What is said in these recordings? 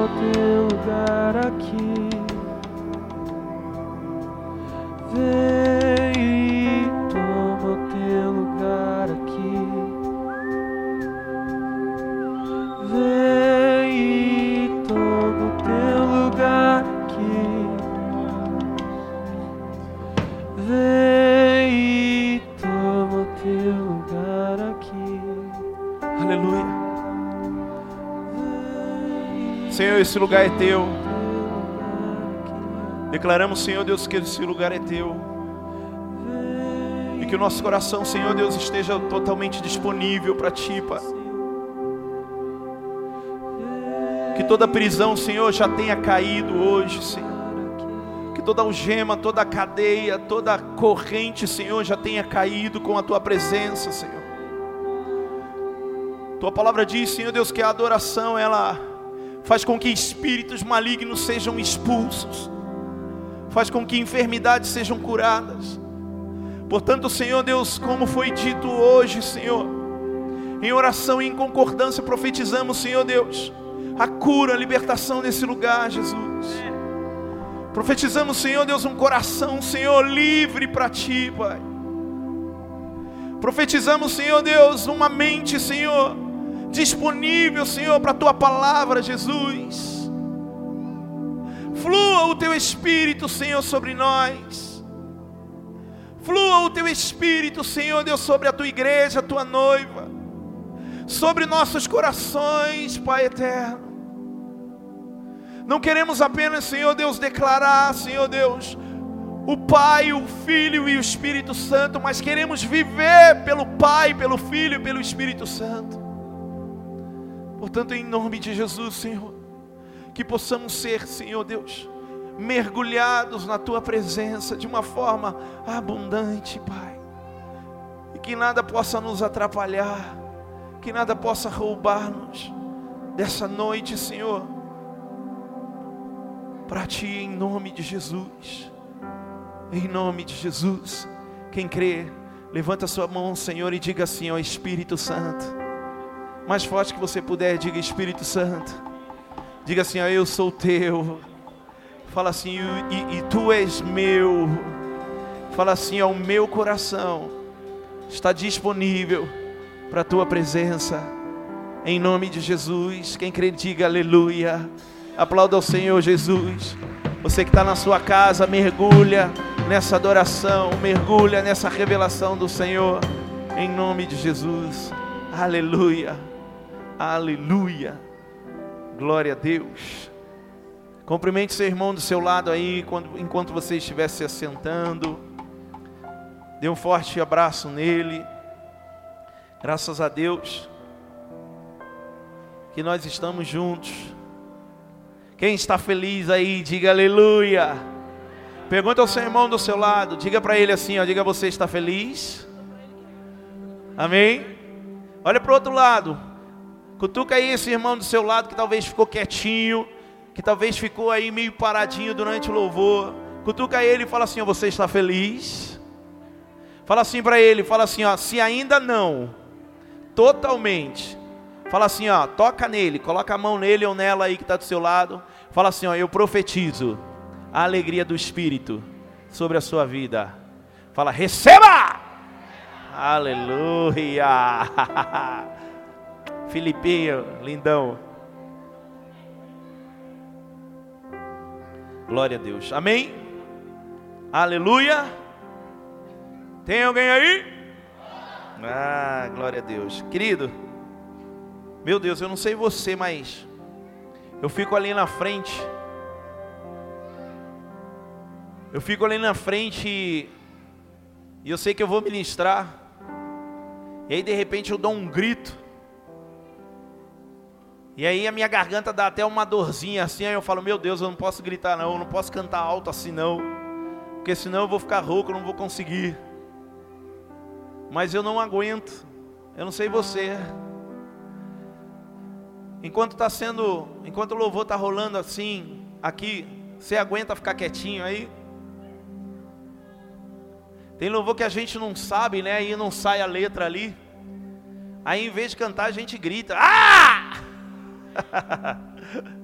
toma o teu lugar aqui. Vem e toma o teu lugar aqui. Vem e toma o teu lugar aqui. Vem e toma o teu lugar aqui. Aleluia. Senhor, esse lugar é teu. Declaramos, Senhor Deus, que esse lugar é teu. E que o nosso coração, Senhor Deus, esteja totalmente disponível para ti, Pai. Que toda prisão, Senhor, já tenha caído hoje, Senhor. Que toda algema, toda cadeia, toda corrente, Senhor, já tenha caído com a tua presença, Senhor. Tua palavra diz, Senhor Deus, que a adoração, ela faz com que espíritos malignos sejam expulsos. Faz com que enfermidades sejam curadas. Portanto, Senhor Deus, como foi dito hoje, Senhor, em oração e em concordância profetizamos, Senhor Deus, a cura, a libertação nesse lugar, Jesus. Profetizamos, Senhor Deus, um coração, Senhor, livre para ti, Pai. Profetizamos, Senhor Deus, uma mente, Senhor, disponível, Senhor, para a tua palavra, Jesus. Flua o teu Espírito, Senhor, sobre nós. Flua o teu Espírito, Senhor Deus, sobre a tua igreja, a tua noiva, sobre nossos corações, Pai eterno. Não queremos apenas, Senhor Deus, declarar, Senhor Deus, o Pai, o Filho e o Espírito Santo, mas queremos viver pelo Pai, pelo Filho e pelo Espírito Santo. Portanto, em nome de Jesus, Senhor, que possamos ser, Senhor Deus, mergulhados na tua presença de uma forma abundante, Pai. E que nada possa nos atrapalhar, que nada possa roubar-nos dessa noite, Senhor, para ti, em nome de Jesus. Em nome de Jesus. Quem crê, levanta a sua mão, Senhor, e diga assim, ó Espírito Santo. Mais forte que você puder, diga: Espírito Santo. Diga assim, ó, eu sou teu. Fala assim, e tu és meu. Fala assim, ó, o meu coração está disponível para a tua presença. Em nome de Jesus. Quem crê, diga aleluia. Aplauda ao Senhor Jesus. Você que está na sua casa, mergulha nessa adoração, mergulha nessa revelação do Senhor, em nome de Jesus. Aleluia, aleluia, glória a Deus. Cumprimente seu irmão do seu lado aí, enquanto você estiver se assentando. Dê um forte abraço nele. Graças a Deus que nós estamos juntos. Quem está feliz aí, diga aleluia. Pergunta ao seu irmão do seu lado, diga para ele assim, ó, diga: você está feliz? Amém? Olha para o outro lado, cutuca aí esse irmão do seu lado que talvez ficou quietinho, que talvez ficou aí meio paradinho durante o louvor. Cutuca ele e fala assim, ó, você está feliz? Fala assim para ele, fala assim, ó, se ainda não, totalmente. Fala assim, ó, toca nele, coloca a mão nele ou nela aí que está do seu lado. Fala assim, ó, eu profetizo a alegria do Espírito sobre a sua vida. Fala, receba! Aleluia! Filipinho, lindão. Glória a Deus, amém? Aleluia! Tem alguém aí? Ah, glória a Deus. Querido, meu Deus, eu não sei você, mas eu fico ali na frente. Eu fico ali na frente e eu sei que eu vou ministrar. E aí de repente eu dou um grito. E aí a minha garganta dá até uma dorzinha assim. Aí eu falo, meu Deus, eu não posso gritar não, eu não posso cantar alto assim não. Porque senão eu vou ficar rouco, eu não vou conseguir. Mas eu não aguento. Eu não sei você. Enquanto o louvor está rolando assim, aqui, você aguenta ficar quietinho aí? Tem louvor que a gente não sabe, né? Aí não sai a letra ali. Aí em vez de cantar a gente grita. Ah!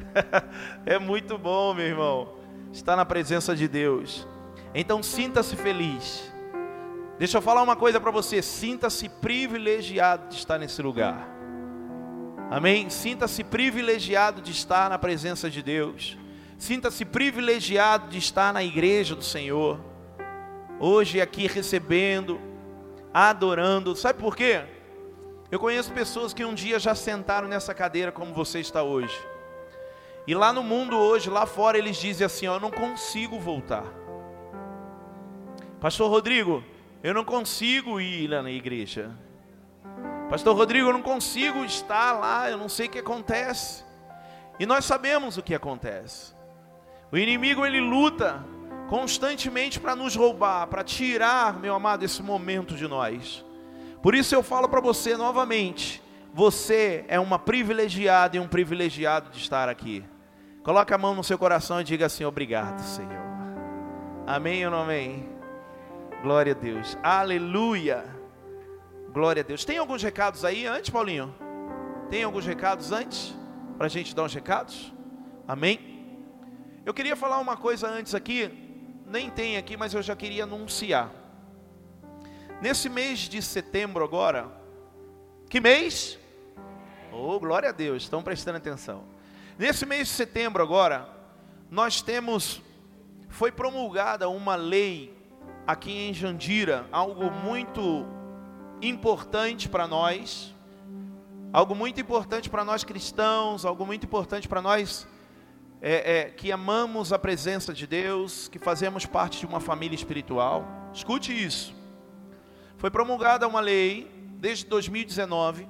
É muito bom, meu irmão, estar na presença de Deus. Então sinta-se feliz. Deixa eu falar uma coisa para você, sinta-se privilegiado de estar nesse lugar. Amém? Sinta-se privilegiado de estar na presença de Deus. Sinta-se privilegiado de estar na igreja do Senhor. Hoje aqui recebendo, adorando. Sabe por quê? Eu conheço pessoas que um dia já sentaram nessa cadeira como você está hoje. E lá no mundo hoje, lá fora, eles dizem assim, ó, eu não consigo voltar. Pastor Rodrigo, eu não consigo ir lá na igreja. Pastor Rodrigo, eu não consigo estar lá, eu não sei o que acontece. E nós sabemos o que acontece. O inimigo, ele luta constantemente para nos roubar, para tirar, meu amado, esse momento de nós. Por isso eu falo para você novamente, você é uma privilegiada e um privilegiado de estar aqui. Coloque a mão no seu coração e diga assim, obrigado, Senhor. Amém ou não amém? Glória a Deus. Aleluia. Glória a Deus. Tem alguns recados aí antes, Paulinho? Tem alguns recados antes? Para a gente dar uns recados? Amém? Eu queria falar uma coisa antes aqui. Nem tem aqui, mas eu já queria anunciar. Nesse mês de setembro agora. Que mês? Oh, glória a Deus. Estão prestando atenção. Nesse mês de setembro agora, nós temos... Foi promulgada uma lei aqui em Jandira, algo muito importante para nós, algo muito importante para nós cristãos, algo muito importante para nós que amamos a presença de Deus, que fazemos parte de uma família espiritual. Escute isso. Foi promulgada uma lei, desde 2019,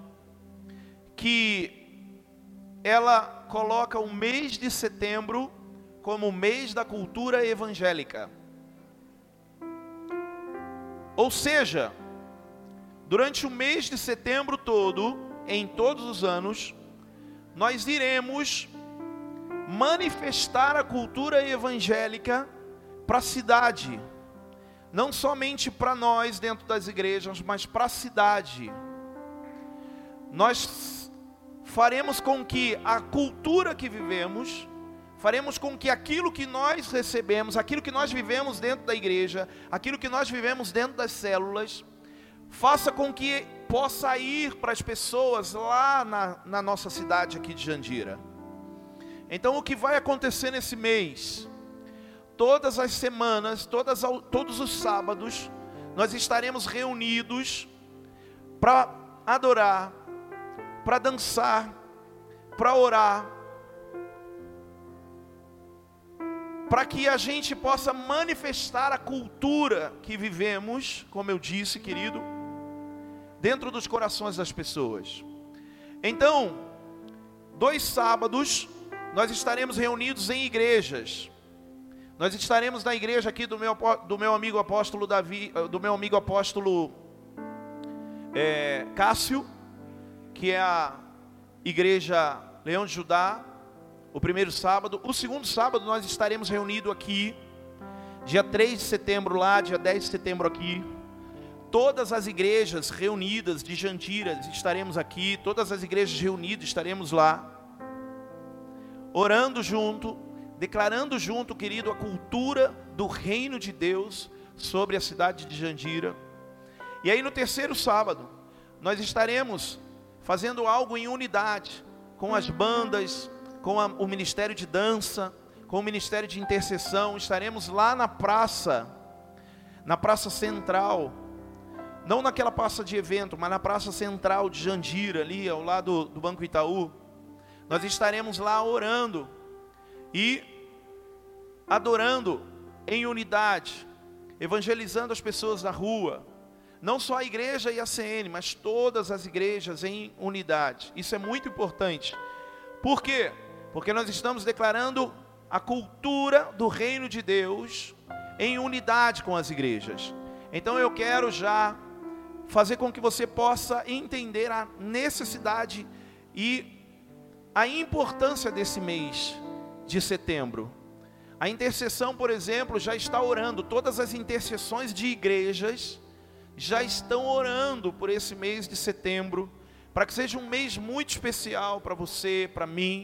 que ela coloca o mês de setembro como o mês da cultura evangélica. Ou seja, durante o mês de setembro todo, em todos os anos, nós iremos manifestar a cultura evangélica para a cidade. Não somente para nós dentro das igrejas, mas para a cidade. Nós faremos com que a cultura que vivemos, faremos com que aquilo que nós recebemos, aquilo que nós vivemos dentro da igreja, aquilo que nós vivemos dentro das células, faça com que possa ir para as pessoas lá na nossa cidade aqui de Jandira. Então o que vai acontecer nesse mês? Todas as semanas, todos os sábados, nós estaremos reunidos para adorar, para dançar, para orar, para que a gente possa manifestar a cultura que vivemos, como eu disse, querido, dentro dos corações das pessoas. Então, 2 sábados, nós estaremos reunidos em igrejas. Nós estaremos na igreja aqui do meu amigo apóstolo Davi, do meu amigo apóstolo Cássio, que é a igreja Leão de Judá, o primeiro sábado. O segundo sábado nós estaremos reunidos aqui, dia 3 de setembro lá, dia 10 de setembro aqui. Todas as igrejas reunidas de Jandira estaremos aqui, todas as igrejas reunidas estaremos lá, orando junto, declarando junto, querido, a cultura do reino de Deus sobre a cidade de Jandira. E aí no terceiro sábado, nós estaremos fazendo algo em unidade, com as bandas, com o ministério de dança, com o ministério de intercessão. Estaremos lá na praça central, não naquela praça de evento, mas na praça central de Jandira, ali ao lado do Banco Itaú. Nós estaremos lá orando e adorando em unidade, evangelizando as pessoas na rua, não só a igreja e a CN, mas todas as igrejas em unidade. Isso é muito importante. Por quê? Porque nós estamos declarando a cultura do reino de Deus em unidade com as igrejas. Então eu quero já fazer com que você possa entender a necessidade e a importância desse mês de setembro. A intercessão, por exemplo, já está orando. Todas as intercessões de igrejas já estão orando por esse mês de setembro, para que seja um mês muito especial para você, para mim,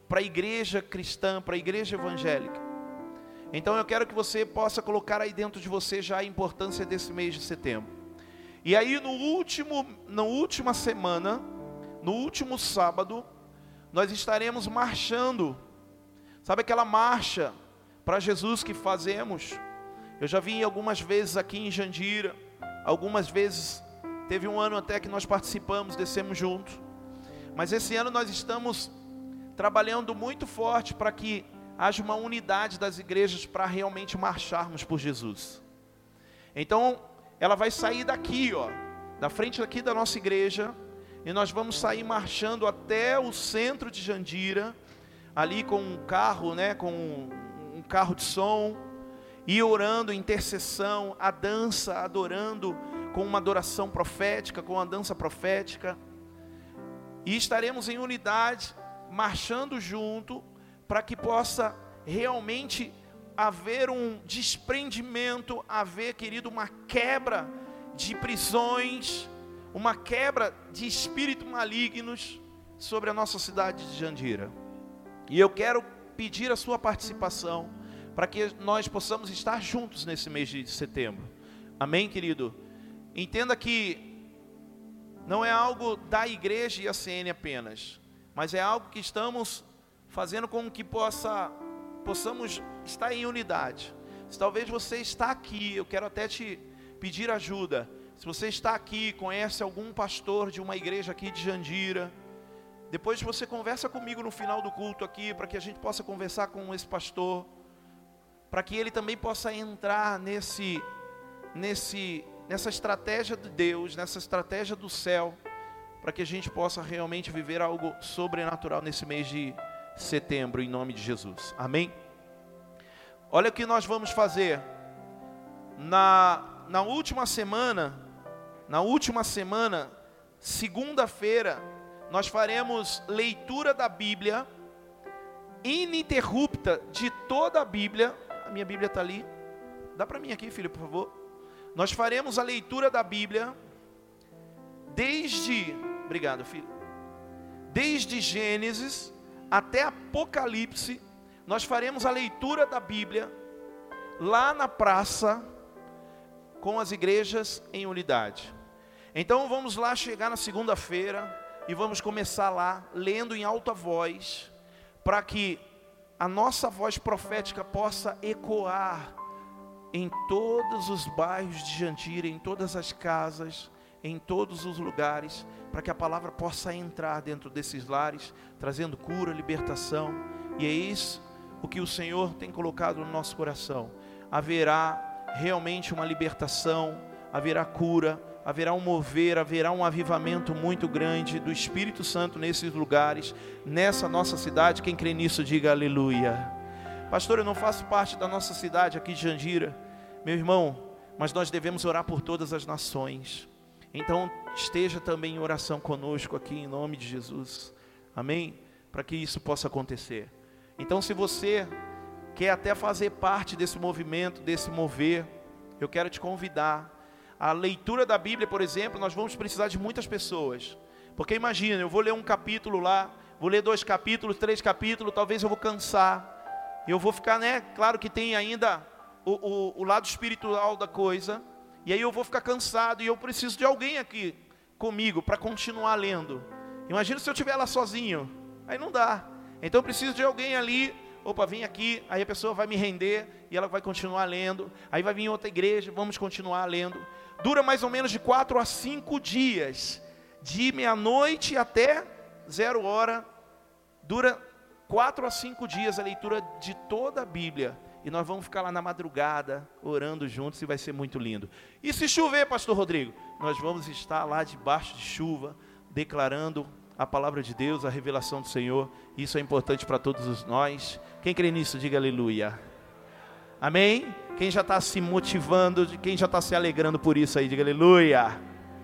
para a igreja cristã, para a igreja evangélica. Então eu quero que você possa colocar aí dentro de você já a importância desse mês de setembro. E aí na última semana, no último sábado, nós estaremos marchando. Sabe aquela marcha para Jesus que fazemos? Eu já vi algumas vezes aqui em Jandira, algumas vezes, teve um ano até que nós participamos, descemos juntos. Mas esse ano nós estamos trabalhando muito forte para que haja uma unidade das igrejas para realmente marcharmos por Jesus. Então, ela vai sair daqui, ó, da frente aqui da nossa igreja, e nós vamos sair marchando até o centro de Jandira, ali com um carro, né, com um carro de som, e orando, intercessão, a dança, adorando, com uma adoração profética, com uma dança profética, e estaremos em unidade, marchando junto, para que possa realmente haver um desprendimento, haver, querido, uma quebra de prisões, uma quebra de espíritos malignos sobre a nossa cidade de Jandira. E eu quero pedir a sua participação, para que nós possamos estar juntos nesse mês de setembro. Amém, querido? Entenda que não é algo da igreja e a CN apenas, mas é algo que estamos fazendo com que possamos estar em unidade. Se talvez você está aqui, eu quero até te pedir ajuda. Se você está aqui, conhece algum pastor de uma igreja aqui de Jandira, depois você conversa comigo no final do culto aqui, para que a gente possa conversar com esse pastor, para que ele também possa entrar nessa estratégia de Deus, nessa estratégia do céu, para que a gente possa realmente viver algo sobrenatural nesse mês de setembro, em nome de Jesus. Amém? Olha o que nós vamos fazer. Na última semana, segunda-feira, nós faremos leitura da Bíblia, ininterrupta de toda a Bíblia. A minha Bíblia está ali. Dá para mim aqui, filho, por favor. Nós faremos a leitura da Bíblia obrigado, filho. Desde Gênesis até Apocalipse, nós faremos a leitura da Bíblia lá na praça, com as igrejas em unidade. Então vamos lá chegar na segunda-feira e vamos começar lá, lendo em alta voz, para que a nossa voz profética possa ecoar em todos os bairros de Jandira, em todas as casas, em todos os lugares, para que a palavra possa entrar dentro desses lares, trazendo cura, libertação. E é isso o que o Senhor tem colocado no nosso coração. Haverá realmente uma libertação, haverá cura, haverá um mover, haverá um avivamento muito grande do Espírito Santo nesses lugares, nessa nossa cidade. Quem crê nisso, diga aleluia. Pastor, eu não faço parte da nossa cidade aqui de Jandira, meu irmão, mas nós devemos orar por todas as nações. Então esteja também em oração conosco aqui, em nome de Jesus, amém? Para que isso possa acontecer. Então, se você quer até fazer parte desse movimento, desse mover, eu quero te convidar. A leitura da Bíblia, por exemplo, nós vamos precisar de muitas pessoas, porque imagina, eu vou ler um capítulo lá, vou ler 2 capítulos, 3 capítulos, talvez eu vou cansar, eu vou ficar, né, claro que tem ainda o lado espiritual da coisa, e aí eu vou ficar cansado, e eu preciso de alguém aqui comigo, para continuar lendo. Imagina se eu estiver lá sozinho, aí não dá. Então eu preciso de alguém ali. Opa, vem aqui, aí a pessoa vai me render, e ela vai continuar lendo, aí vai vir outra igreja, vamos continuar lendo. Dura mais ou menos de 4 a 5 dias, de meia-noite até 0 hora, dura 4 a 5 dias a leitura de toda a Bíblia, e nós vamos ficar lá na madrugada, orando juntos, e vai ser muito lindo. E se chover, pastor Rodrigo, nós vamos estar lá debaixo de chuva, declarando a palavra de Deus, a revelação do Senhor. Isso é importante para todos nós. Quem crê nisso, diga aleluia. Amém? Quem já está se motivando, quem já está se alegrando por isso aí, diga aleluia.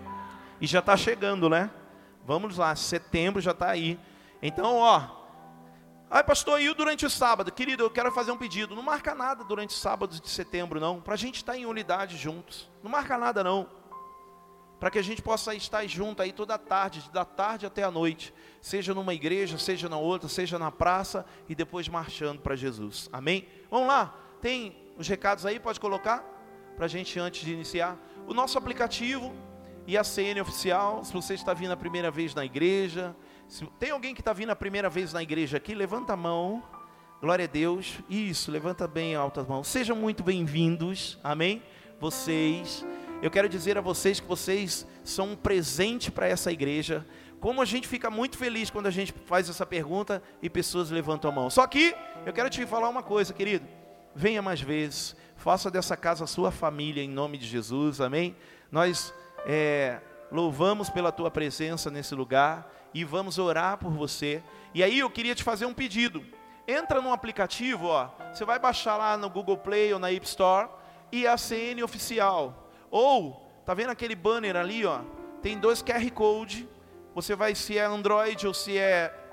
E já está chegando, né? Vamos lá, setembro já está aí. Então, ó. Ai, pastor, e durante o sábado? Querido, eu quero fazer um pedido. Não marca nada durante o sábado de setembro, não. Para a gente estar em unidade juntos. Não marca nada, não. para que a gente possa estar junto aí toda a tarde, da tarde até a noite, seja numa igreja, seja na outra, seja na praça e depois marchando para Jesus. Amém? Vamos lá, tem os recados aí, pode colocar para a gente antes de iniciar. O nosso aplicativo e a CN Oficial, se você está vindo a primeira vez na igreja, se tem alguém que está vindo a primeira vez na igreja aqui, levanta a mão, glória a Deus, isso, levanta bem altas mãos, sejam muito bem-vindos, amém? Vocês, eu quero dizer a vocês que vocês são um presente para essa igreja. Como a gente fica muito feliz quando a gente faz essa pergunta e pessoas levantam a mão. Só que eu quero te falar uma coisa, querido. Venha mais vezes, faça dessa casa a sua família em nome de Jesus, amém? Nós louvamos pela tua presença nesse lugar e vamos orar por você. E aí eu queria te fazer um pedido. Entra no aplicativo, ó, você vai baixar lá no Google Play ou na App Store e a CN Oficial. Ou, tá vendo aquele banner ali, ó? Tem 2 QR Code. Você vai, se é Android ou se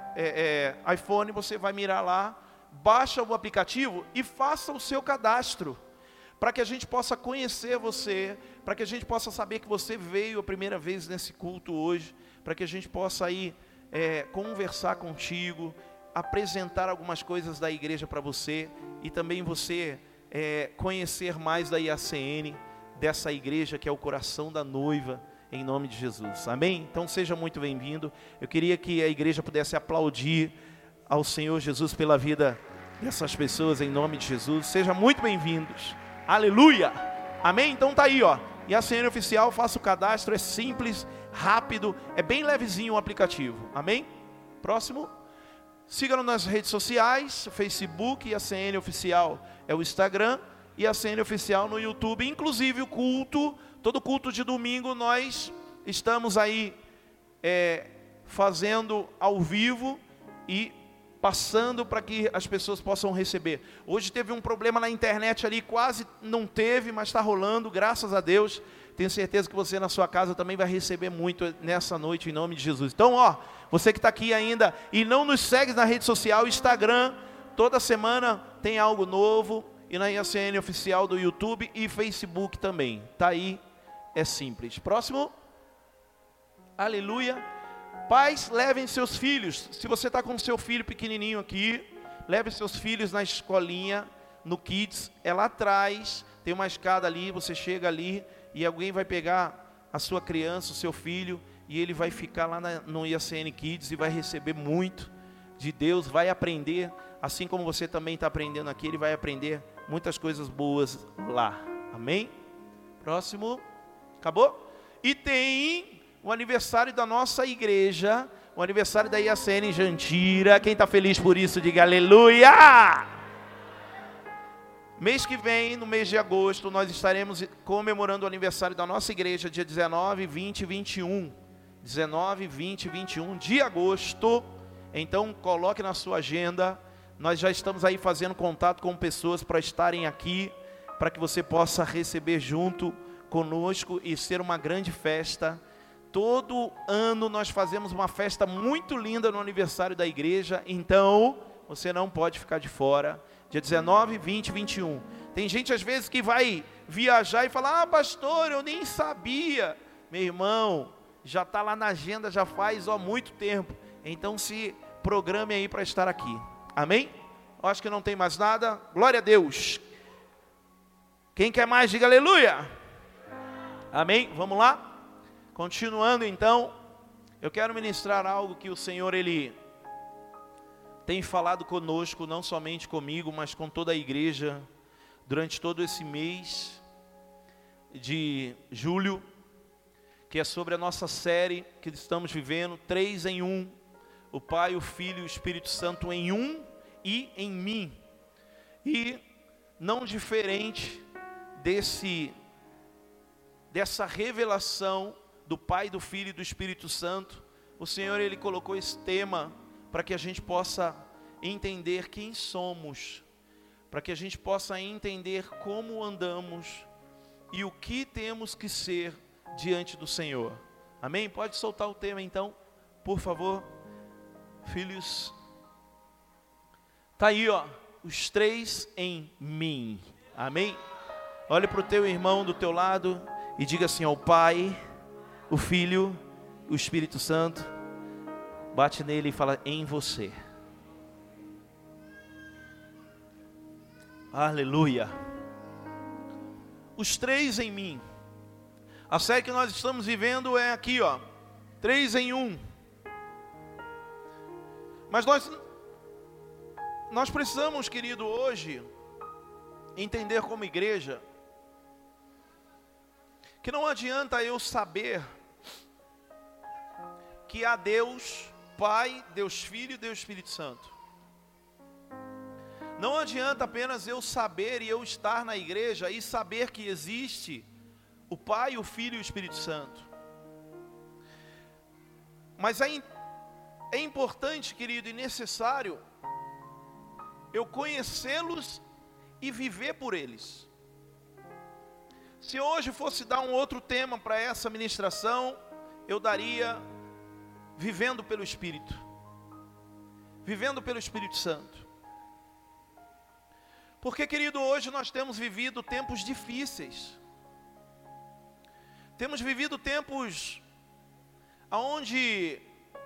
é iPhone, você vai mirar lá, baixa o aplicativo e faça o seu cadastro, para que a gente possa conhecer você, para que a gente possa saber que você veio a primeira vez nesse culto hoje, para que a gente possa aí conversar contigo, apresentar algumas coisas da igreja para você, e também você conhecer mais da IACN, dessa igreja que é o coração da noiva, em nome de Jesus, amém? Então seja muito bem-vindo. Eu queria que a igreja pudesse aplaudir ao Senhor Jesus pela vida dessas pessoas, em nome de Jesus. Sejam muito bem-vindos, aleluia, amém? Então tá aí, ó, e a CN Oficial, faça o cadastro, é simples, rápido, é bem levezinho o aplicativo, amém? Próximo. Siga-nos nas redes sociais, o Facebook, e a CN Oficial é o Instagram, e a CN Oficial no YouTube. Inclusive o culto, todo culto de domingo nós estamos aí fazendo ao vivo e passando para que as pessoas possam receber. Hoje teve um problema na internet ali, quase não teve, mas está rolando, graças a Deus. Tenho certeza que você na sua casa também vai receber muito nessa noite, em nome de Jesus. Então, ó, você que está aqui ainda e não nos segue na rede social, Instagram, toda semana tem algo novo, e na IACN Oficial do YouTube e Facebook também. Tá aí, é simples. Próximo. Aleluia. Pais, levem seus filhos. Se você está com seu filho pequenininho aqui, leve seus filhos na escolinha, no Kids. É lá atrás, tem uma escada ali, você chega ali e alguém vai pegar a sua criança, o seu filho, e ele vai ficar lá no IACN Kids e vai receber muito de Deus, vai aprender, assim como você também está aprendendo aqui, ele vai aprender muitas coisas boas lá, amém? Próximo, acabou? E tem o aniversário da nossa igreja, o aniversário da IACN Jandira. Quem está feliz por isso, diga aleluia! Mês que vem, no mês de agosto, nós estaremos comemorando o aniversário da nossa igreja, dia 19, 20 e 21. 19, 20 e 21 de agosto. Então, coloque na sua agenda. Nós já estamos aí fazendo contato com pessoas para estarem aqui, para que você possa receber junto conosco e ser uma grande festa. Todo ano nós fazemos uma festa muito linda no aniversário da igreja, então você não pode ficar de fora. Dia 19, 20 e 21. Tem gente às vezes que vai viajar e fala: ah, pastor, eu nem sabia. Meu irmão, já está lá na agenda, já faz muito tempo. Então se programe aí para estar aqui. Amém? Eu acho que não tem mais nada. Glória a Deus. Quem quer mais, diga aleluia. Amém? Vamos lá? Continuando então, eu quero ministrar algo que o Senhor, Ele tem falado conosco, não somente comigo, mas com toda a igreja, durante todo esse mês de julho, que é sobre a nossa série que estamos vivendo, 3 em 1, o Pai, o Filho e o Espírito Santo em um e em mim. E não diferente dessa revelação do Pai, do Filho e do Espírito Santo, o Senhor, Ele colocou esse tema para que a gente possa entender quem somos, para que a gente possa entender como andamos e o que temos que ser diante do Senhor. Amém? Pode soltar o tema então, por favor. Filhos, tá aí, ó, os 3 em mim. Amém? Olhe para o teu irmão do teu lado e diga assim: ó, o Pai, o Filho, o Espírito Santo. Bate nele e fala: em você. Aleluia. Os três em mim. A série que nós estamos vivendo é aqui, ó, 3 em 1. Mas nós precisamos, querido, hoje entender como igreja que não adianta eu saber que há Deus Pai, Deus Filho e Deus Espírito Santo. Não adianta apenas eu saber e eu estar na igreja e saber que existe o Pai, o Filho e o Espírito Santo. Mas é importante, querido, e necessário eu conhecê-los e viver por eles. Se hoje fosse dar um outro tema para essa ministração, eu daria vivendo pelo Espírito. Vivendo pelo Espírito Santo. Porque, querido, hoje nós temos vivido tempos difíceis. Temos vivido tempos onde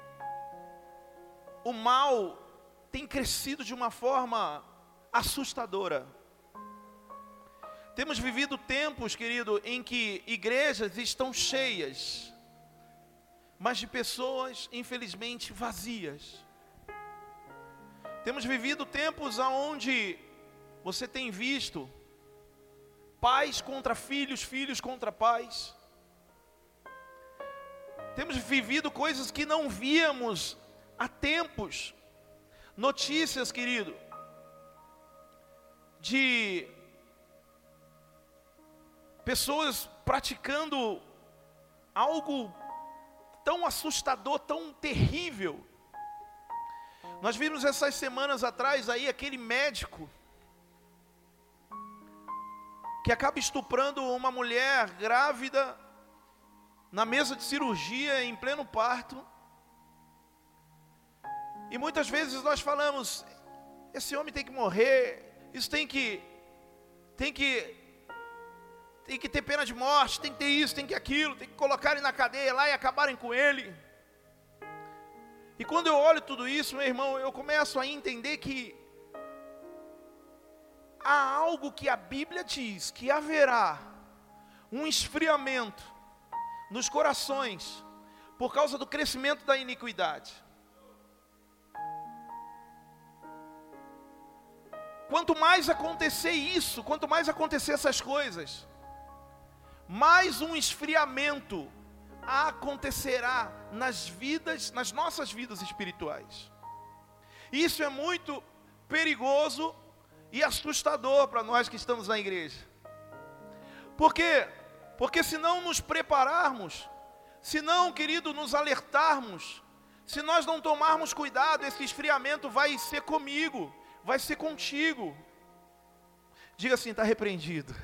o mal tem crescido de uma forma assustadora. Temos vivido tempos, querido, em que igrejas estão cheias, mas de pessoas, infelizmente, vazias. Temos vivido tempos onde você tem visto pais contra filhos, filhos contra pais. Temos vivido coisas que não víamos há tempos. Notícias, querido, de pessoas praticando algo tão assustador, tão terrível. Nós vimos essas semanas atrás aí aquele médico que acaba estuprando uma mulher grávida na mesa de cirurgia em pleno parto. E muitas vezes nós falamos: esse homem tem que morrer, isso tem que ter pena de morte, tem que ter isso, tem que aquilo, tem que colocar ele na cadeia lá e acabarem com ele. E quando eu olho tudo isso, meu irmão, eu começo a entender que há algo que a Bíblia diz, que haverá um esfriamento nos corações por causa do crescimento da iniquidade. Quanto mais acontecer isso, quanto mais acontecer essas coisas, mais um esfriamento acontecerá nas nossas vidas espirituais. Isso é muito perigoso e assustador para nós que estamos na igreja. Por quê? Porque se não nos prepararmos, se não, querido, nos alertarmos, se nós não tomarmos cuidado, esse esfriamento vai ser comigo, vai ser contigo. Diga assim: está repreendido.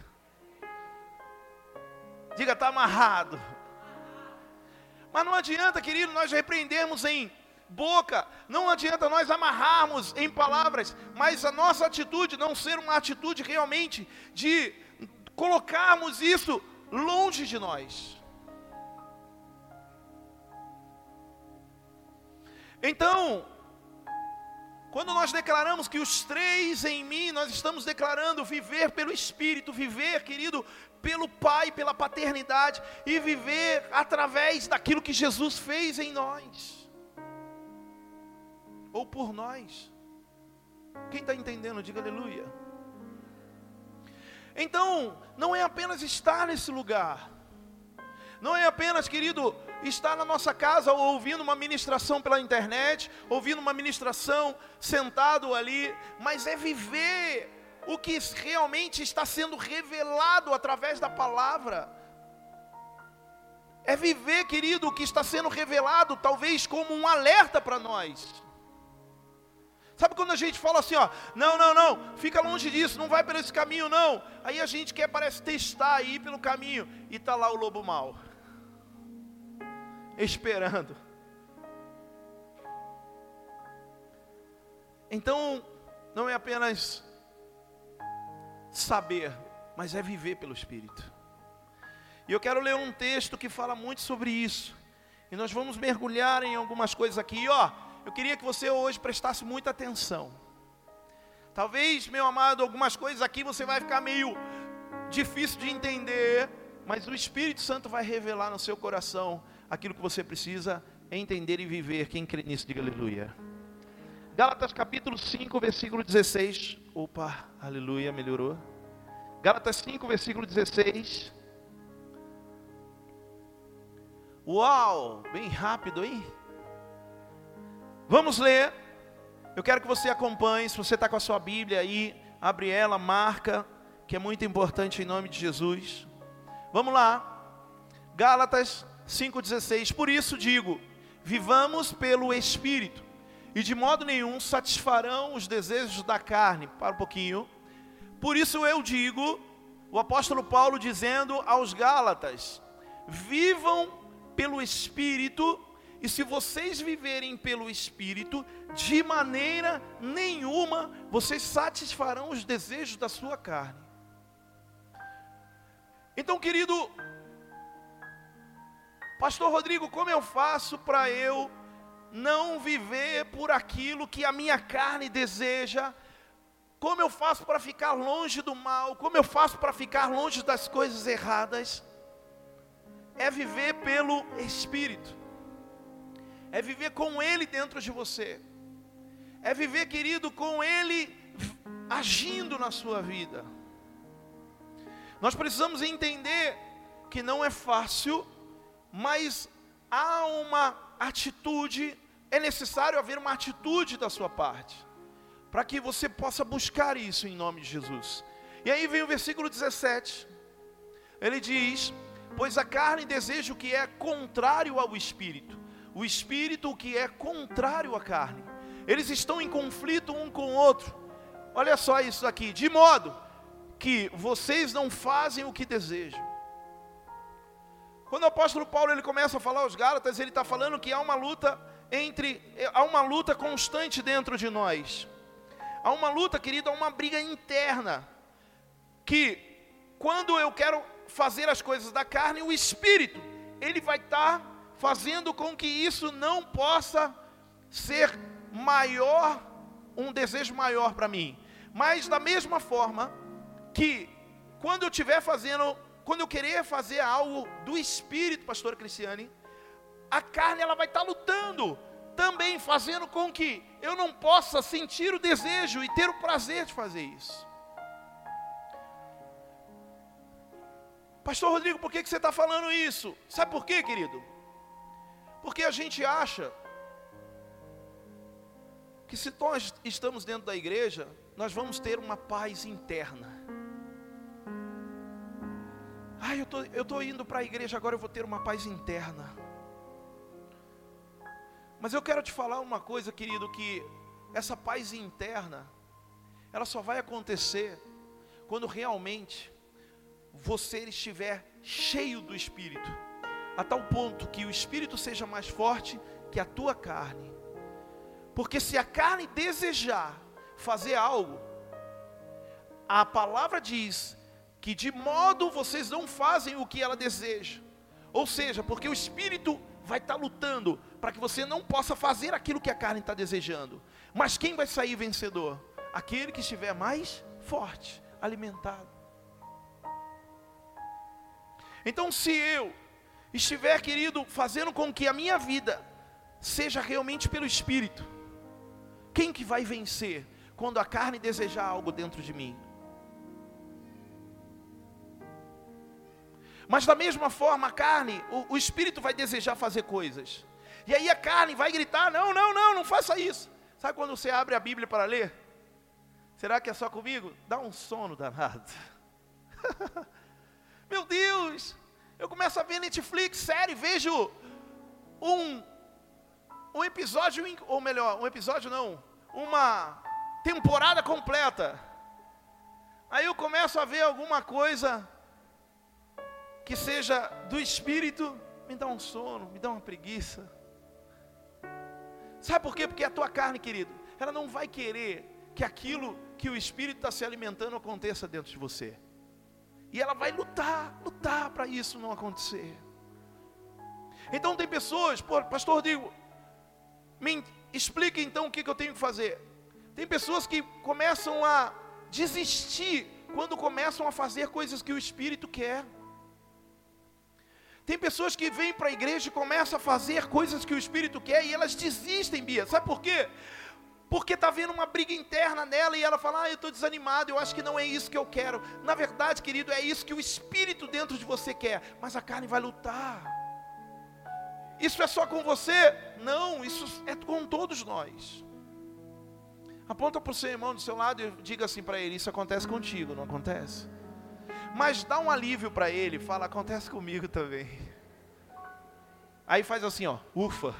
Diga: está amarrado. Mas não adianta, querido, nós repreendermos em boca, não adianta nós amarrarmos em palavras, mas a nossa atitude não ser uma atitude realmente de colocarmos isso longe de nós. Então, quando nós declaramos que os três em mim, nós estamos declarando viver pelo Espírito, viver, querido, pelo Pai, pela paternidade, e viver através daquilo que Jesus fez em nós, ou por nós. Quem está entendendo, diga aleluia. Então, não é apenas estar nesse lugar, não é apenas, querido, estar na nossa casa ou ouvindo uma ministração pela internet, ouvindo uma ministração sentado ali, mas é viver o que realmente está sendo revelado através da palavra. É viver, querido, o que está sendo revelado, talvez como um alerta para nós. Sabe quando a gente fala assim, ó, não, fica longe disso, não vai por esse caminho não. Aí a gente quer, parece, testar e ir pelo caminho, e está lá o lobo mau, esperando. Então, não é apenas saber, mas é viver pelo Espírito. E eu quero ler um texto que fala muito sobre isso. E nós vamos mergulhar em algumas coisas aqui. E eu queria que você hoje prestasse muita atenção. Talvez, meu amado, algumas coisas aqui você vai ficar meio difícil de entender, mas o Espírito Santo vai revelar no seu coração aquilo que você precisa entender e viver. Quem crê nisso, diga aleluia. Gálatas capítulo 5, versículo 16. Opa, aleluia, melhorou. Gálatas 5, versículo 16. Uau, bem rápido, hein? Vamos ler. Eu quero que você acompanhe. Se você está com a sua Bíblia aí, abre ela, marca, que é muito importante em nome de Jesus. Vamos lá. Gálatas 5,16. Por isso digo, vivamos pelo Espírito, e de modo nenhum satisfarão os desejos da carne. Para um pouquinho. Por isso eu digo, o apóstolo Paulo dizendo aos Gálatas, vivam pelo Espírito, e se vocês viverem pelo Espírito, de maneira nenhuma vocês satisfarão os desejos da sua carne. Então, querido Pastor Rodrigo, como eu faço para eu não viver por aquilo que a minha carne deseja? Como eu faço para ficar longe do mal? Como eu faço para ficar longe das coisas erradas? É viver pelo Espírito. É viver com Ele dentro de você. É viver, querido, com Ele agindo na sua vida. Nós precisamos entender que não é fácil, mas há uma atitude, é necessário haver uma atitude da sua parte, para que você possa buscar isso em nome de Jesus. E aí vem o versículo 17, ele diz, pois a carne deseja o que é contrário ao Espírito, o Espírito o que é contrário à carne, eles estão em conflito um com o outro. Olha só isso aqui, de modo que vocês não fazem o que desejam. Quando o apóstolo Paulo ele começa a falar aos Gálatas, ele está falando que há uma luta constante dentro de nós. Há uma luta, querido, há uma briga interna, que quando eu quero fazer as coisas da carne, o Espírito, ele vai estar fazendo com que isso não possa ser maior, um desejo maior para mim. Mas da mesma forma que quando eu querer fazer algo do Espírito, pastora Cristiane, a carne ela vai estar lutando, também fazendo com que eu não possa sentir o desejo e ter o prazer de fazer isso. Pastor Rodrigo, por que você está falando isso? Sabe por quê, querido? Porque a gente acha que se nós estamos dentro da igreja, nós vamos ter uma paz interna. Eu estou indo para a igreja agora, eu vou ter uma paz interna. Mas eu quero te falar uma coisa, querido, que essa paz interna, ela só vai acontecer quando realmente você estiver cheio do Espírito, a tal ponto que o Espírito seja mais forte que a tua carne. Porque se a carne desejar fazer algo, a palavra diz que de modo vocês não fazem o que ela deseja. Ou seja, porque o Espírito vai estar lutando para que você não possa fazer aquilo que a carne está desejando. Mas quem vai sair vencedor? Aquele que estiver mais forte, alimentado. Então, se eu estiver, querido, fazendo com que a minha vida seja realmente pelo Espírito, quem que vai vencer quando a carne desejar algo dentro de mim? Mas da mesma forma a carne, o Espírito vai desejar fazer coisas. E aí a carne vai gritar, não faça isso. Sabe quando você abre a Bíblia para ler? Será que é só comigo? Dá um sono danado. Meu Deus, eu começo a ver Netflix, sério, vejo um episódio, ou melhor, um episódio não, uma temporada completa. Aí eu começo a ver alguma coisa que seja do Espírito, me dá um sono, me dá uma preguiça. Sabe por quê? Porque a tua carne, querido, ela não vai querer que aquilo que o Espírito está se alimentando aconteça dentro de você. E ela vai lutar para isso não acontecer. Então tem pessoas, pastor Rodrigo, me explica então o que eu tenho que fazer. Tem pessoas que começam a desistir quando começam a fazer coisas que o Espírito quer. Tem pessoas que vêm para a igreja e começam a fazer coisas que o Espírito quer e elas desistem, Bia. Sabe por quê? Porque está havendo uma briga interna nela e ela fala, eu estou desanimado, eu acho que não é isso que eu quero. Na verdade, querido, é isso que o Espírito dentro de você quer, mas a carne vai lutar. Isso é só com você? Não, isso é com todos nós. Aponta para o seu irmão do seu lado e diga assim para ele, isso acontece contigo, não acontece? Mas dá um alívio para ele, fala, acontece comigo também. Aí faz assim, ó, ufa.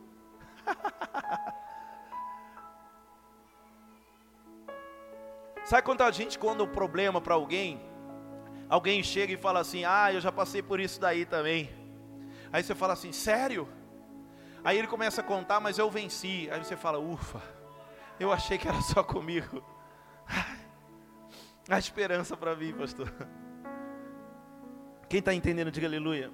Sabe quanta gente, quando o problema para alguém chega e fala assim, eu já passei por isso daí também. Aí você fala assim, sério? Aí ele começa a contar, mas eu venci. Aí você fala, ufa, eu achei que era só comigo. A esperança para mim, pastor. Quem está entendendo, diga aleluia.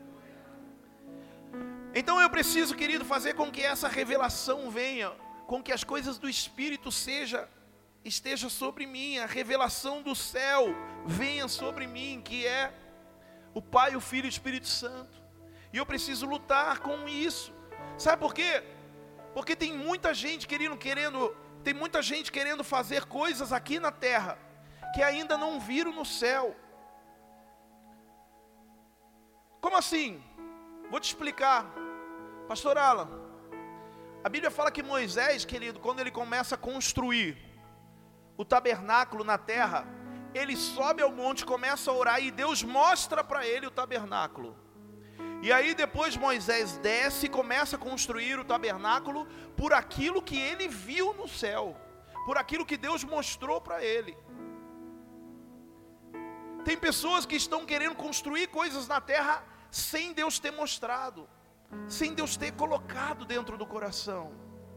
Então eu preciso, querido, fazer com que essa revelação venha, com que as coisas do Espírito esteja sobre mim, a revelação do céu venha sobre mim, que é o Pai, o Filho e o Espírito Santo. E eu preciso lutar com isso. Sabe por quê? Porque tem muita gente querendo fazer coisas aqui na terra que ainda não viram no céu. Como assim? Vou te explicar. Pastor Alan, a Bíblia fala que Moisés, querido, quando ele começa a construir o tabernáculo na terra, ele sobe ao monte, começa a orar e Deus mostra para ele o tabernáculo. E aí depois Moisés desce e começa a construir o tabernáculo por aquilo que ele viu no céu, por aquilo que Deus mostrou para ele. Tem pessoas que estão querendo construir coisas na terra sem Deus ter mostrado, sem Deus ter colocado dentro do coração.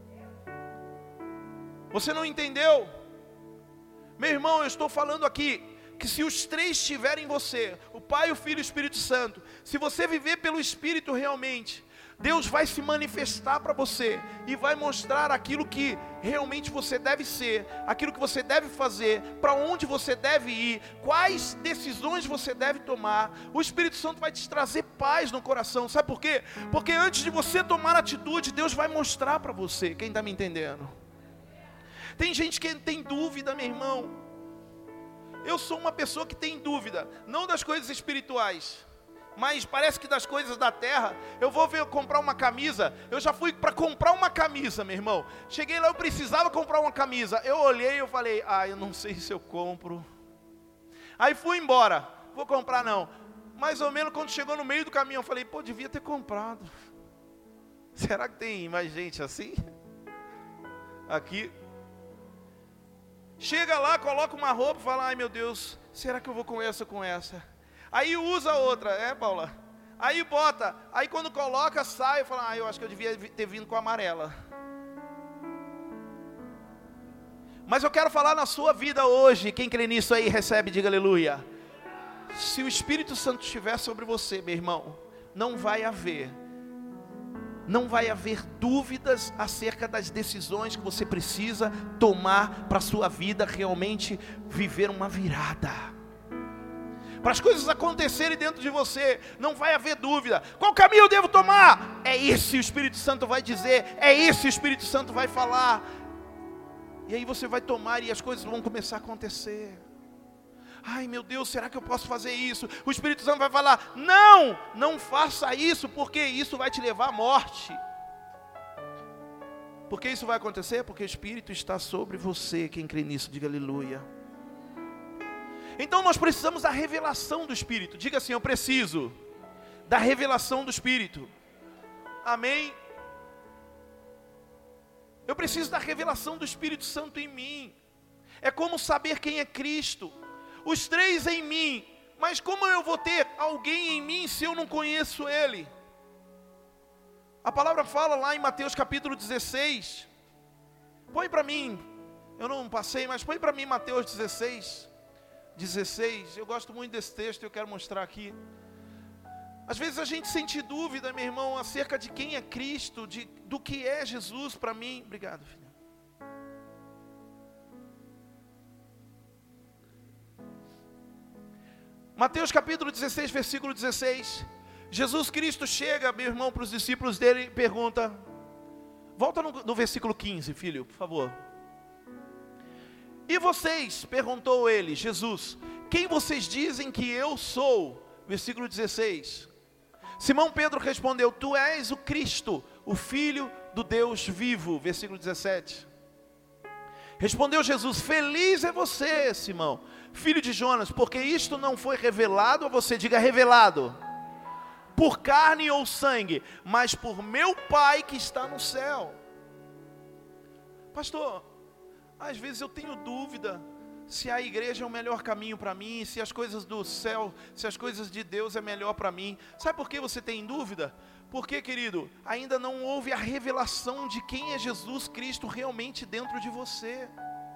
Você não entendeu? Meu irmão, eu estou falando aqui que se os três estiverem em você, o Pai, o Filho e o Espírito Santo, se você viver pelo Espírito realmente, Deus vai se manifestar para você e vai mostrar aquilo que realmente você deve ser, aquilo que você deve fazer, para onde você deve ir, quais decisões você deve tomar. O Espírito Santo vai te trazer paz no coração. Sabe por quê? Porque antes de você tomar atitude, Deus vai mostrar para você. Quem está me entendendo? Tem gente que tem dúvida, meu irmão. Eu sou uma pessoa que tem dúvida, não das coisas espirituais, mas parece que das coisas da terra. Eu vou comprar uma camisa. Eu já fui para comprar uma camisa, meu irmão. Cheguei lá, eu precisava comprar uma camisa. Eu olhei e eu falei, eu não sei se eu compro. Aí fui embora, vou comprar não. Mais ou menos quando chegou no meio do caminho, eu falei, devia ter comprado. Será que tem mais gente assim? Aqui. Chega lá, coloca uma roupa e fala, meu Deus, será que eu vou com essa? Aí usa outra, Paula? Aí bota, aí quando coloca, sai e fala, eu acho que eu devia ter vindo com a amarela. Mas eu quero falar na sua vida hoje, quem crê nisso aí, recebe, diga aleluia. Se o Espírito Santo estiver sobre você, meu irmão, não vai haver dúvidas acerca das decisões que você precisa tomar para a sua vida realmente viver uma virada. Para as coisas acontecerem dentro de você, não vai haver dúvida. Qual caminho eu devo tomar? É esse, o Espírito Santo vai dizer, é esse, o Espírito Santo vai falar. E aí você vai tomar e as coisas vão começar a acontecer. Ai meu Deus, será que eu posso fazer isso? O Espírito Santo vai falar, não faça isso, porque isso vai te levar à morte. Por que isso vai acontecer? Porque o Espírito está sobre você. Quem crê nisso, diga aleluia. Então nós precisamos da revelação do Espírito. Diga assim, eu preciso da revelação do Espírito. Amém? Eu preciso da revelação do Espírito Santo em mim. É como saber quem é Cristo. Os três em mim. Mas como eu vou ter alguém em mim se eu não conheço Ele? A palavra fala lá em Mateus capítulo 16. Põe para mim. Eu não passei, mas põe para mim Mateus 16. 16, eu gosto muito desse texto, eu quero mostrar aqui. Às vezes a gente sente dúvida, meu irmão, acerca de quem é Cristo, do que é Jesus para mim. Obrigado, filho. Mateus capítulo 16, versículo 16. Jesus Cristo chega, meu irmão, para os discípulos dele e pergunta. Volta no versículo 15, filho, por favor. E vocês, perguntou ele, Jesus, quem vocês dizem que eu sou? Versículo 16. Simão Pedro respondeu, tu és o Cristo, o Filho do Deus vivo. Versículo 17. Respondeu Jesus, feliz é você, Simão, filho de Jonas, porque isto não foi revelado a você, diga revelado, por carne ou sangue, mas por meu Pai que está no céu. Pastor, às vezes eu tenho dúvida se a igreja é o melhor caminho para mim, se as coisas do céu, se as coisas de Deus é melhor para mim. Sabe por que você tem dúvida? Porque, querido, ainda não houve a revelação de quem é Jesus Cristo realmente dentro de você.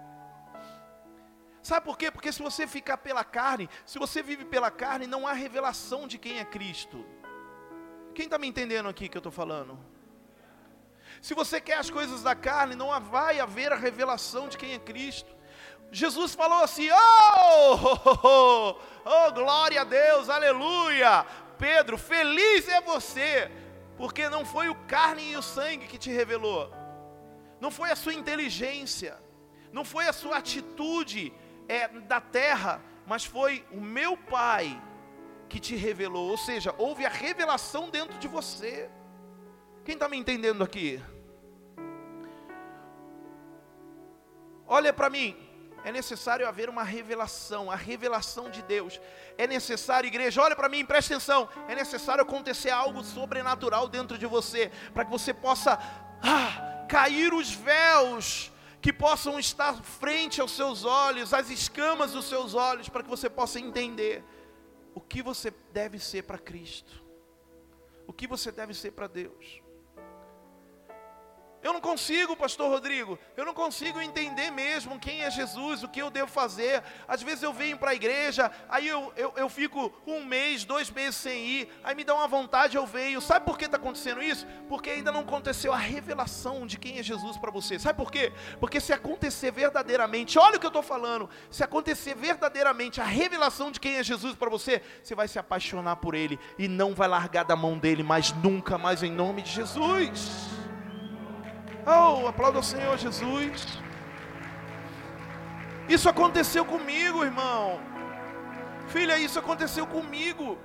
Sabe por quê? Porque se você ficar pela carne, se você vive pela carne, não há revelação de quem é Cristo. Quem está me entendendo aqui que eu estou falando? Se você quer as coisas da carne, não vai haver a revelação de quem é Cristo. Jesus falou assim, oh, glória a Deus, aleluia. Pedro, feliz é você, porque não foi o carne e o sangue que te revelou, não foi a sua inteligência, não foi a sua atitude da terra, mas foi o meu Pai que te revelou. Ou seja, houve a revelação dentro de você. Quem está me entendendo aqui? Olha para mim, é necessário haver uma revelação, a revelação de Deus. É necessário, igreja, olha para mim, presta atenção. É necessário acontecer algo sobrenatural dentro de você, para que você possa cair os véus que possam estar frente aos seus olhos, as escamas dos seus olhos, para que você possa entender o que você deve ser para Cristo, o que você deve ser para Deus. Eu não consigo, pastor Rodrigo, eu não consigo entender mesmo quem é Jesus, o que eu devo fazer. Às vezes eu venho para a igreja, aí eu fico 1 mês, 2 meses sem ir, aí me dá uma vontade, eu venho. Sabe por que está acontecendo isso? Porque ainda não aconteceu a revelação de quem é Jesus para você. Sabe por quê? Porque se acontecer verdadeiramente, olha o que eu estou falando, se acontecer verdadeiramente a revelação de quem é Jesus para você, você vai se apaixonar por Ele e não vai largar da mão dEle, mas nunca mais, em nome de Jesus. Oh, aplauda ao Senhor Jesus. Isso aconteceu comigo, irmão. Filha, isso aconteceu comigo.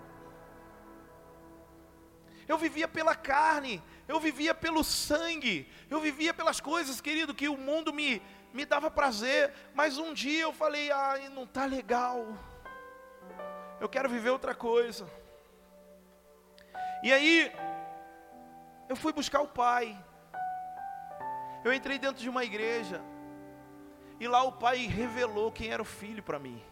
Eu vivia pela carne, eu vivia pelo sangue, eu vivia pelas coisas, querido, que o mundo me dava prazer. Mas um dia eu falei, não está legal, eu quero viver outra coisa. E aí, eu fui buscar o Pai. Eu entrei dentro de uma igreja, e lá o Pai revelou quem era o Filho para mim.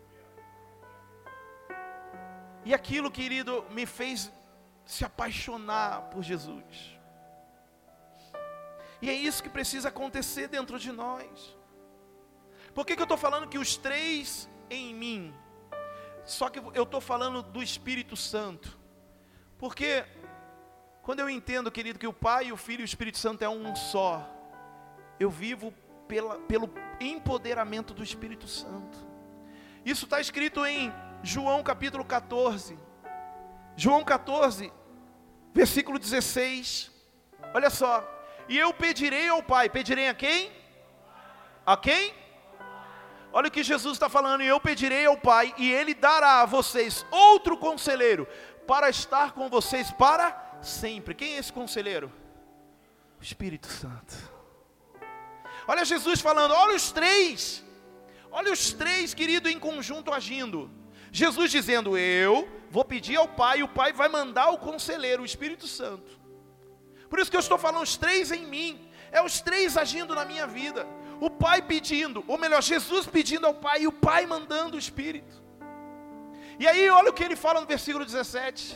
E aquilo, querido, me fez se apaixonar por Jesus. E é isso que precisa acontecer dentro de nós. Por que eu estou falando que os 3 em mim? Só que eu estou falando do Espírito Santo. Porque quando eu entendo, querido, que o Pai, o Filho e o Espírito Santo é um só, eu vivo pelo empoderamento do Espírito Santo. Isso está escrito em João capítulo 14. João 14, versículo 16. Olha só. E eu pedirei ao Pai. Pedirei a quem? A quem? Olha o que Jesus está falando. E eu pedirei ao Pai, e Ele dará a vocês outro conselheiro, para estar com vocês para sempre. Quem é esse conselheiro? O Espírito Santo. Olha Jesus falando, olha os três, querido, em conjunto agindo. Jesus dizendo, eu vou pedir ao Pai, e o Pai vai mandar o conselheiro, o Espírito Santo. Por isso que eu estou falando os 3 em mim, é os 3 agindo na minha vida. O Pai pedindo, ou melhor, Jesus pedindo ao Pai, e o Pai mandando o Espírito. E aí olha o que ele fala no versículo 17.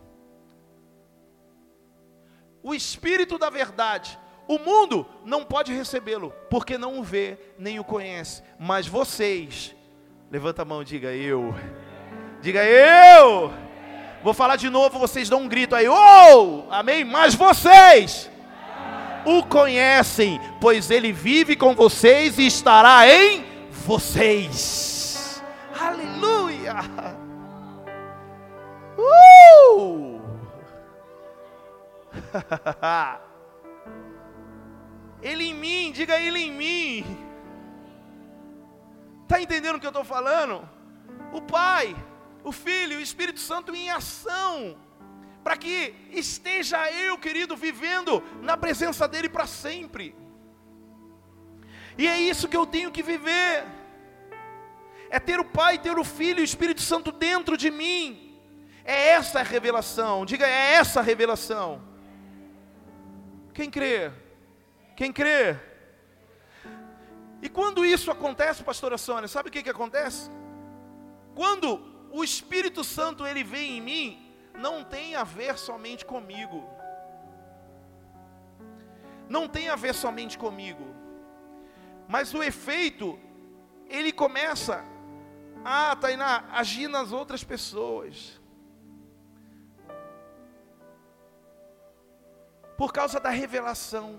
O Espírito da verdade, o mundo não pode recebê-lo, porque não o vê, nem o conhece. Mas vocês Levanta a mão e diga eu. Diga eu. Vou falar de novo, vocês dão um grito aí. Oh! Amém? Mas vocês o conhecem, pois ele vive com vocês e estará em vocês. Aleluia. Ele em mim, diga ele em mim. Está entendendo o que eu estou falando? O Pai, o Filho e o Espírito Santo em ação, para que esteja eu, querido, vivendo na presença dEle para sempre. E é isso que eu tenho que viver, é ter o Pai, ter o Filho e o Espírito Santo dentro de mim. É essa a revelação, diga, é essa a revelação. Quem crê? Quem crê? E quando isso acontece, pastora Sônia, sabe o que acontece? Quando o Espírito Santo ele vem em mim, não tem a ver somente comigo. Não tem a ver somente comigo. Mas o efeito, ele começa a, Tainá, agir nas outras pessoas. Por causa da revelação.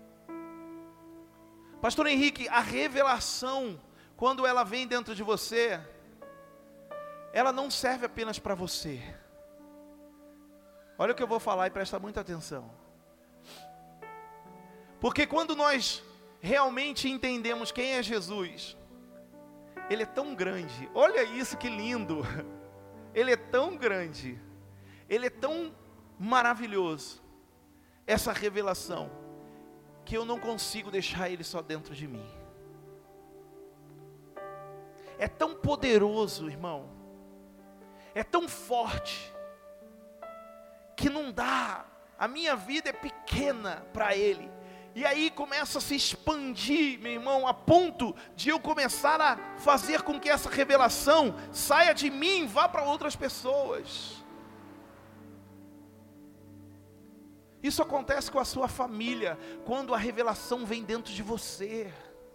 Pastor Henrique, a revelação, quando ela vem dentro de você, ela não serve apenas para você. Olha o que eu vou falar e presta muita atenção. Porque quando nós realmente entendemos quem é Jesus, Ele é tão grande, olha isso que lindo, Ele é tão grande, Ele é tão maravilhoso, essa revelação, que eu não consigo deixar Ele só dentro de mim. É tão poderoso, irmão, é tão forte, que não dá, a minha vida é pequena para Ele, e aí começa a se expandir, meu irmão, a ponto de eu começar a fazer com que essa revelação saia de mim e vá para outras pessoas. Isso acontece com a sua família, quando a revelação vem dentro de você.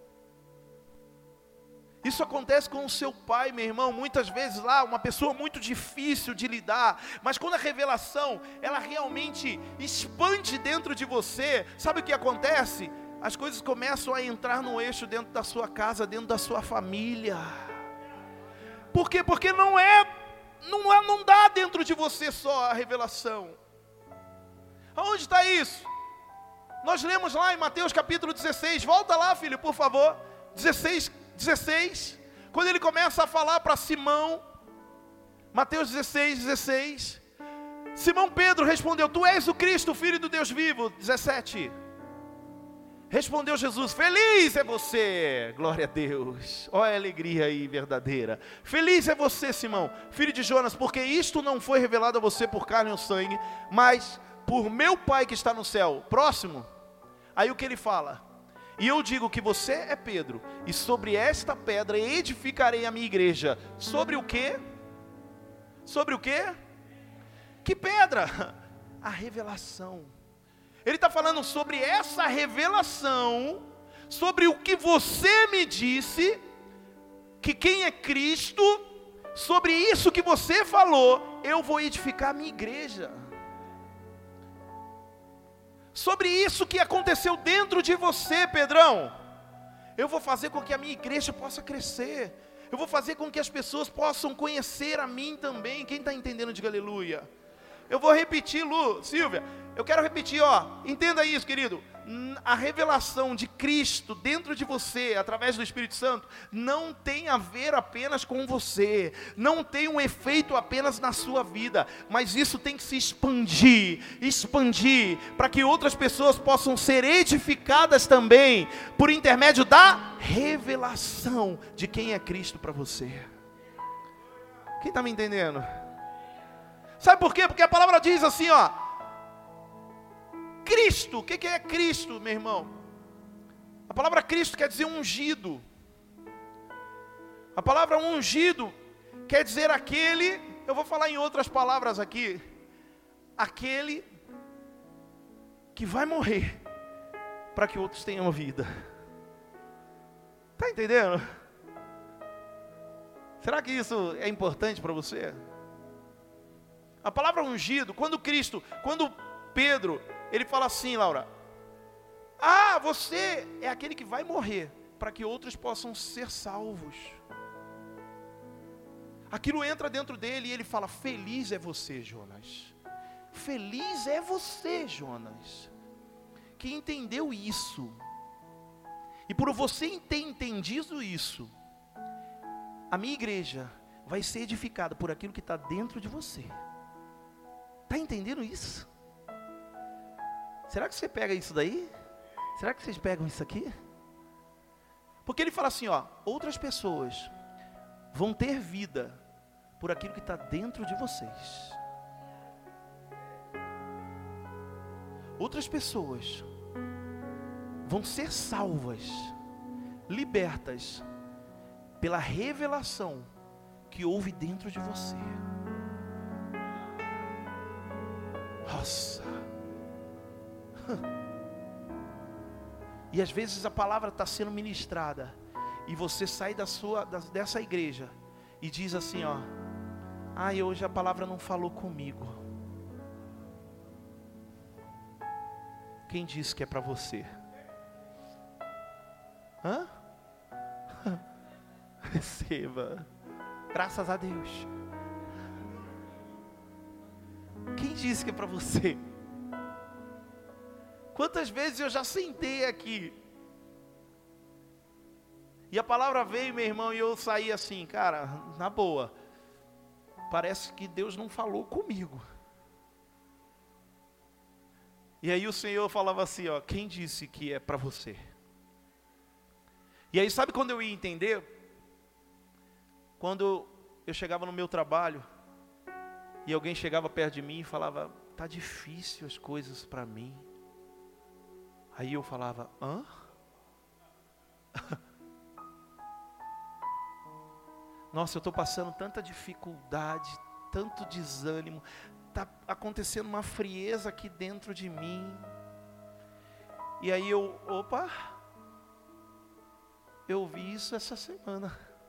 Isso acontece com o seu pai, meu irmão, muitas vezes lá, uma pessoa muito difícil de lidar, mas quando a revelação, ela realmente expande dentro de você, sabe o que acontece? As coisas começam a entrar no eixo dentro da sua casa, dentro da sua família. Por quê? Porque não dá dentro de você só a revelação. Aonde está isso? Nós lemos lá em Mateus capítulo 16, volta lá, filho, por favor, 16, quando ele começa a falar para Simão, Mateus 16, Simão Pedro respondeu, tu és o Cristo, o Filho do Deus vivo, 17, respondeu Jesus, feliz é você, glória a Deus, olha a alegria aí verdadeira, feliz é você, Simão, filho de Jonas, porque isto não foi revelado a você por carne ou sangue, mas por meu Pai que está no céu. Próximo, aí o que ele fala? E eu digo que você é Pedro, e sobre esta pedra edificarei a minha igreja. Sobre o quê? Sobre o quê? Que pedra? A revelação. Ele está falando sobre essa revelação, sobre o que você me disse, que quem é Cristo, sobre isso que você falou, eu vou edificar a minha igreja. Sobre isso que aconteceu dentro de você, Pedrão, eu vou fazer com que a minha igreja possa crescer, eu vou fazer com que as pessoas possam conhecer a mim também. Quem está entendendo, diga aleluia. Eu vou repetir, Lu, Silvia, eu quero repetir, entenda isso, querido. A revelação de Cristo dentro de você, através do Espírito Santo, não tem a ver apenas com você, não tem um efeito apenas na sua vida, mas isso tem que se expandir, para que outras pessoas possam ser edificadas também, por intermédio da revelação de quem é Cristo para você. Quem está me entendendo? Sabe por quê? Porque a palavra diz assim, Cristo, o que é Cristo, meu irmão? A palavra Cristo quer dizer ungido. A palavra ungido quer dizer aquele, eu vou falar em outras palavras aqui, aquele que vai morrer para que outros tenham vida. Está entendendo? Será que isso é importante para você? A palavra ungido, quando Pedro, ele fala assim, Laura, você é aquele que vai morrer, para que outros possam ser salvos. Aquilo entra dentro dele e ele fala, feliz é você, Jonas. Feliz é você, Jonas, que entendeu isso. E por você ter entendido isso, a minha igreja vai ser edificada por aquilo que está dentro de você. Está entendendo isso? Será que você pega isso daí? Será que vocês pegam isso aqui? Porque ele fala assim, outras pessoas vão ter vida por aquilo que está dentro de vocês. Outras pessoas vão ser salvas, libertas, pela revelação que houve dentro de você. Nossa. E às vezes a palavra está sendo ministrada e você sai dessa igreja e diz assim, hoje a palavra não falou comigo. Quem disse que é para você? Receba. Graças a Deus. Quem disse que é para você? Quantas vezes eu já sentei aqui e a palavra veio, meu irmão, e eu saí assim, cara, na boa, parece que Deus não falou comigo. E aí o Senhor falava assim, quem disse que é para você? E aí sabe quando eu ia entender? Quando eu chegava no meu trabalho e alguém chegava perto de mim e falava, tá difícil as coisas para mim. Aí eu falava, Nossa, eu estou passando tanta dificuldade, tanto desânimo, está acontecendo uma frieza aqui dentro de mim. E aí eu vi isso essa semana.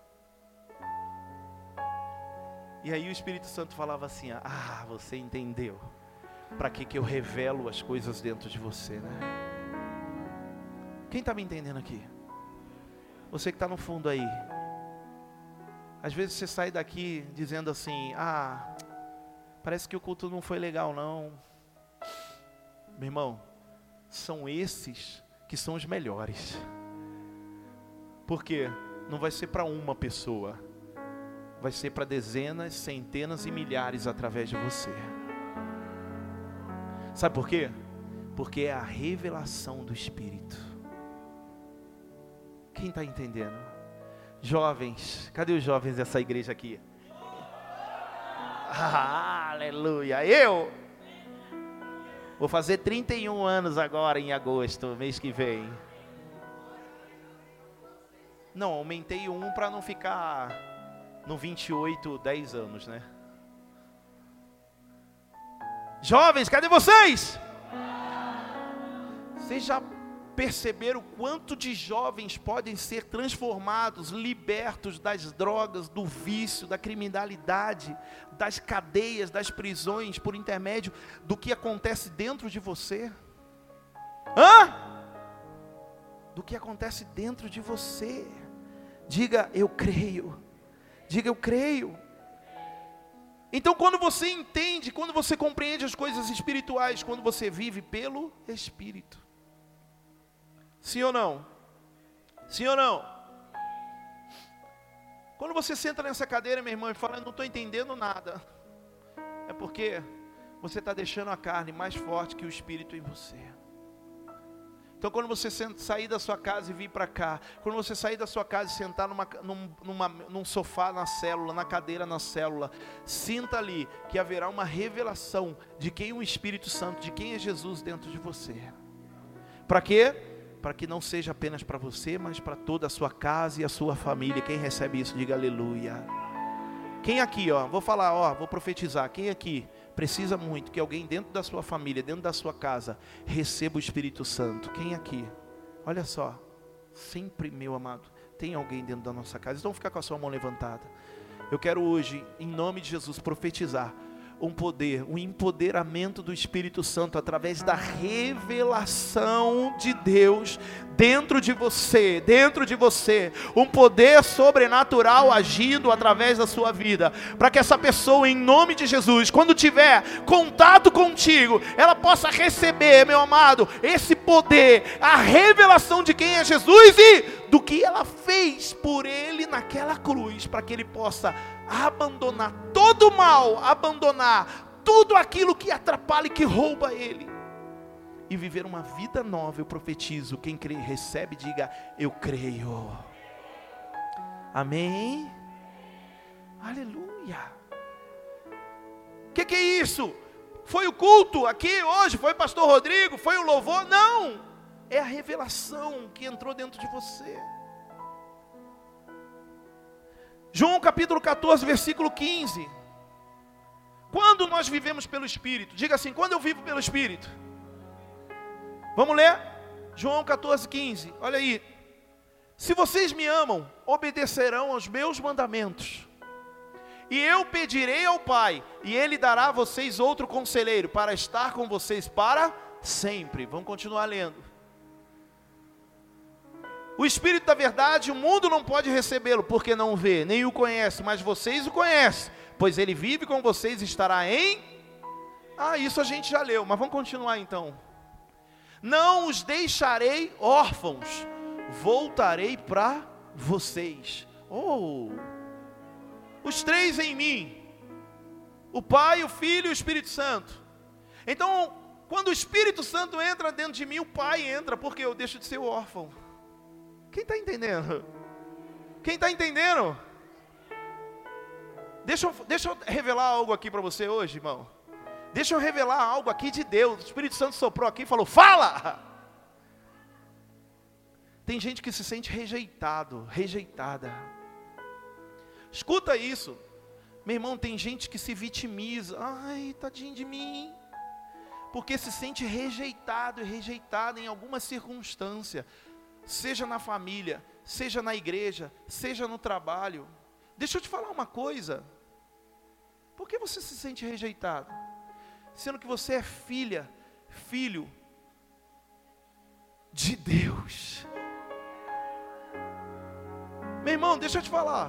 E aí o Espírito Santo falava assim, você entendeu para que eu revelo as coisas dentro de você, né? Quem está me entendendo aqui? Você que está no fundo aí. Às vezes você sai daqui dizendo assim, parece que o culto não foi legal não. Meu irmão, são esses que são os melhores. Porque não vai ser para uma pessoa, vai ser para dezenas, centenas e milhares através de você. Sabe por quê? Porque é a revelação do Espírito. Quem está entendendo? Jovens, cadê os jovens dessa igreja aqui? Aleluia! Eu vou fazer 31 anos agora em agosto, mês que vem. Não, aumentei um para não ficar no 28, 10 anos, né? Jovens, cadê vocês? Vocês já perceberam o quanto de jovens podem ser transformados, libertos das drogas, do vício, da criminalidade, das cadeias, das prisões, por intermédio do que acontece dentro de você? Do que acontece dentro de você. Diga, eu creio. Diga, eu creio. Então quando você entende, quando você compreende as coisas espirituais, quando você vive pelo Espírito. Sim ou não? Sim ou não? Quando você senta nessa cadeira, meu irmão, e fala, eu não estou entendendo nada, é porque você está deixando a carne mais forte que o Espírito em você. Então quando você sair da sua casa e vir para cá, quando você sair da sua casa e sentar num sofá na célula, na cadeira na célula, sinta ali que haverá uma revelação de quem é o Espírito Santo, de quem é Jesus dentro de você. Para quê? Para que não seja apenas para você, mas para toda a sua casa e a sua família. Quem recebe isso, diga aleluia. Quem aqui, vou falar, vou profetizar. Quem aqui precisa muito que alguém dentro da sua família, dentro da sua casa, receba o Espírito Santo? Quem aqui? Olha só, sempre, meu amado, Tem alguém dentro da nossa casa. Então fica com a sua mão levantada. Eu quero hoje, em nome de Jesus, profetizar um poder, um empoderamento do Espírito Santo através da revelação de Deus dentro de você, um poder sobrenatural agindo através da sua vida, para que essa pessoa, em nome de Jesus, quando tiver contato contigo, ela possa receber, meu amado, esse poder, a revelação de quem é Jesus e do que ela fez por ele naquela cruz, para que ele possa abandonar todo o mal, abandonar tudo aquilo que atrapalha e que rouba ele, e viver uma vida nova. Eu profetizo, quem crê, recebe, diga, eu creio. Amém? Aleluia. O que é isso? Foi o culto aqui hoje? Foi o pastor Rodrigo? Foi o louvor? Não, é a revelação que entrou dentro de você. João capítulo 14, versículo 15. Quando nós vivemos pelo Espírito, diga assim, quando eu vivo pelo Espírito. Vamos ler? João 14, 15, olha aí. Se vocês me amam, obedecerão aos meus mandamentos. E eu pedirei ao Pai, e Ele dará a vocês outro conselheiro, para estar com vocês para sempre. Vamos continuar lendo. O Espírito da verdade, o mundo não pode recebê-lo, porque não o vê, nem o conhece, mas vocês o conhecem, pois ele vive com vocês e estará em... isso a gente já leu, mas vamos continuar então. Não os deixarei órfãos, voltarei para vocês. Os três em mim, o Pai, o Filho e o Espírito Santo. Então, quando o Espírito Santo entra dentro de mim, o Pai entra, porque eu deixo de ser órfão. Quem está entendendo? Quem está entendendo? Deixa eu revelar algo aqui para você hoje, irmão. Deixa eu revelar algo aqui de Deus. O Espírito Santo soprou aqui e falou, fala! Tem gente que se sente rejeitado, rejeitada. Escuta isso. Meu irmão, tem gente que se vitimiza. Ai, tadinho de mim. Porque se sente rejeitado e rejeitada em alguma circunstância. Seja na família, seja na igreja, seja no trabalho. Deixa eu te falar uma coisa. Por que você se sente rejeitado? Sendo que você é filho de Deus. Meu irmão, deixa eu te falar.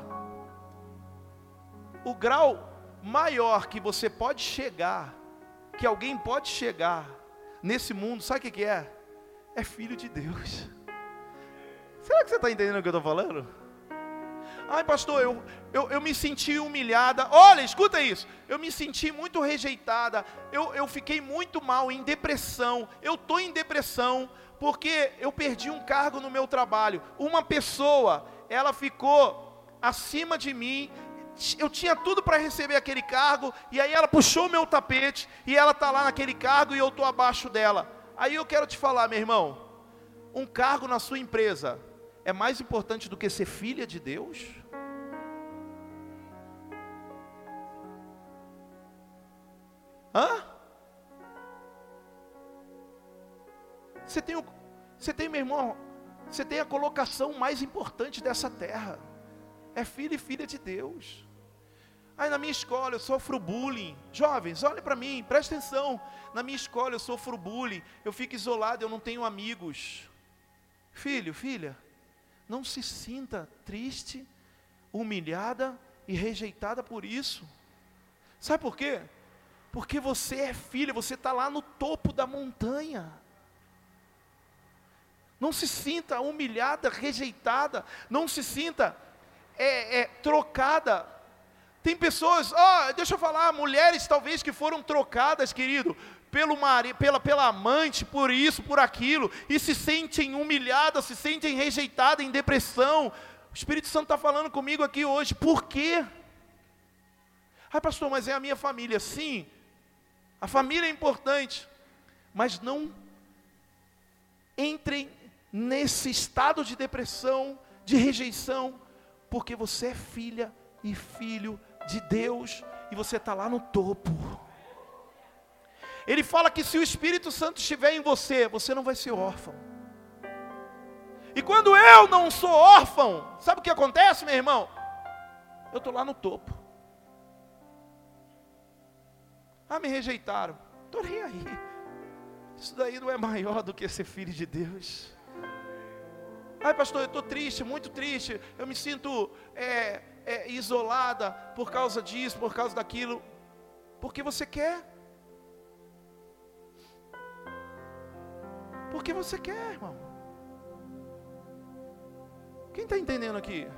O grau maior que você pode chegar, que alguém pode chegar nesse mundo, sabe o que é? É filho de Deus. Será que você está entendendo o que eu estou falando? Ai, pastor, eu me senti humilhada. Olha, escuta isso. Eu me senti muito rejeitada. Eu fiquei muito mal, em depressão. Eu estou em depressão porque eu perdi um cargo no meu trabalho. Uma pessoa, ela ficou acima de mim. Eu tinha tudo para receber aquele cargo. E aí ela puxou o meu tapete. E ela está lá naquele cargo e eu estou abaixo dela. Aí eu quero te falar, meu irmão. Um cargo na sua empresa é mais importante do que ser filha de Deus? Você tem, meu irmão, você tem a colocação mais importante dessa terra. É filho e filha de Deus. Aí na minha escola eu sofro bullying. Jovens, olhem para mim, presta atenção. Na minha escola eu sofro bullying. Eu fico isolado, eu não tenho amigos. Filho, filha, não se sinta triste, humilhada e rejeitada por isso. Sabe por quê? Porque você é filha, você está lá no topo da montanha. Não se sinta humilhada, rejeitada, não se sinta trocada. Tem pessoas, deixa eu falar, mulheres talvez que foram trocadas, querido, pelo marido, pela amante, por isso, por aquilo, e se sentem humilhadas, se sentem rejeitadas, em depressão. O Espírito Santo está falando comigo aqui hoje. Por quê? Pastor, mas é a minha família. Sim, a família é importante, mas não entrem nesse estado de depressão, de rejeição, porque você é filha e filho de Deus, e você está lá no topo. Ele fala que se o Espírito Santo estiver em você, você não vai ser órfão. E quando eu não sou órfão, sabe o que acontece, meu irmão? Eu estou lá no topo. Ah, me rejeitaram. Estou nem aí. Isso daí não é maior do que ser filho de Deus. Ai, pastor, eu estou triste, muito triste. Eu me sinto isolada por causa disso, por causa daquilo. Porque você quer. Porque você quer, irmão. Quem está entendendo aqui?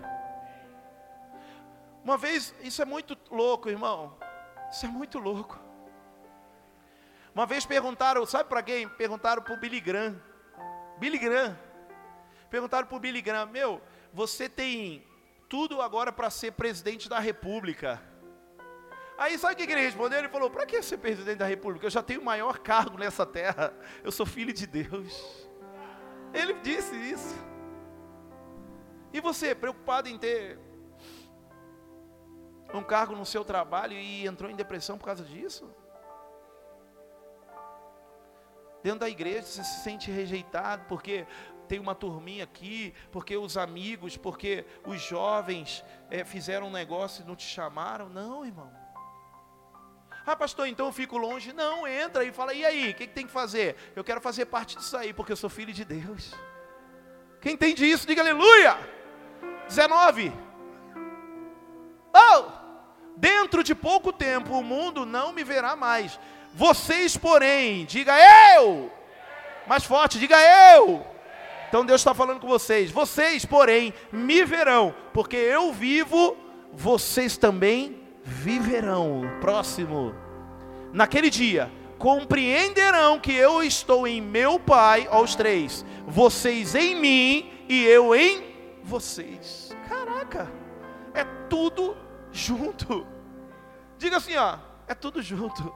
Uma vez, isso é muito louco, irmão. Isso é muito louco. Uma vez perguntaram, sabe para quem? Perguntaram para o Billy Graham. Billy Graham. Perguntaram para o Billy Graham, meu, você tem tudo agora para ser presidente da república. Aí sabe o que ele respondeu? Ele falou, para que ser presidente da república? Eu já tenho o maior cargo nessa terra. Eu sou filho de Deus. Ele disse isso. E você, preocupado em ter um cargo no seu trabalho e entrou em depressão por causa disso? Dentro da igreja você se sente rejeitado porque tem uma turminha aqui, porque os amigos, porque os jovens fizeram um negócio e não te chamaram. Não, irmão. Ah, pastor, então eu fico longe. Não, entra e fala, e aí, o que tem que fazer? Eu quero fazer parte disso aí, porque eu sou filho de Deus. Quem entende isso, diga aleluia. 19. Oh! Dentro de pouco tempo o mundo não me verá mais. Vocês, porém, diga eu. Mais forte, diga eu. Então Deus está falando com vocês. Vocês, porém, me verão, porque eu vivo, vocês também viverão. Próximo. Naquele dia, compreenderão que eu estou em meu Pai, aos 3. Vocês em mim e eu em vocês. Caraca, é tudo junto. Diga assim, ó, é tudo junto.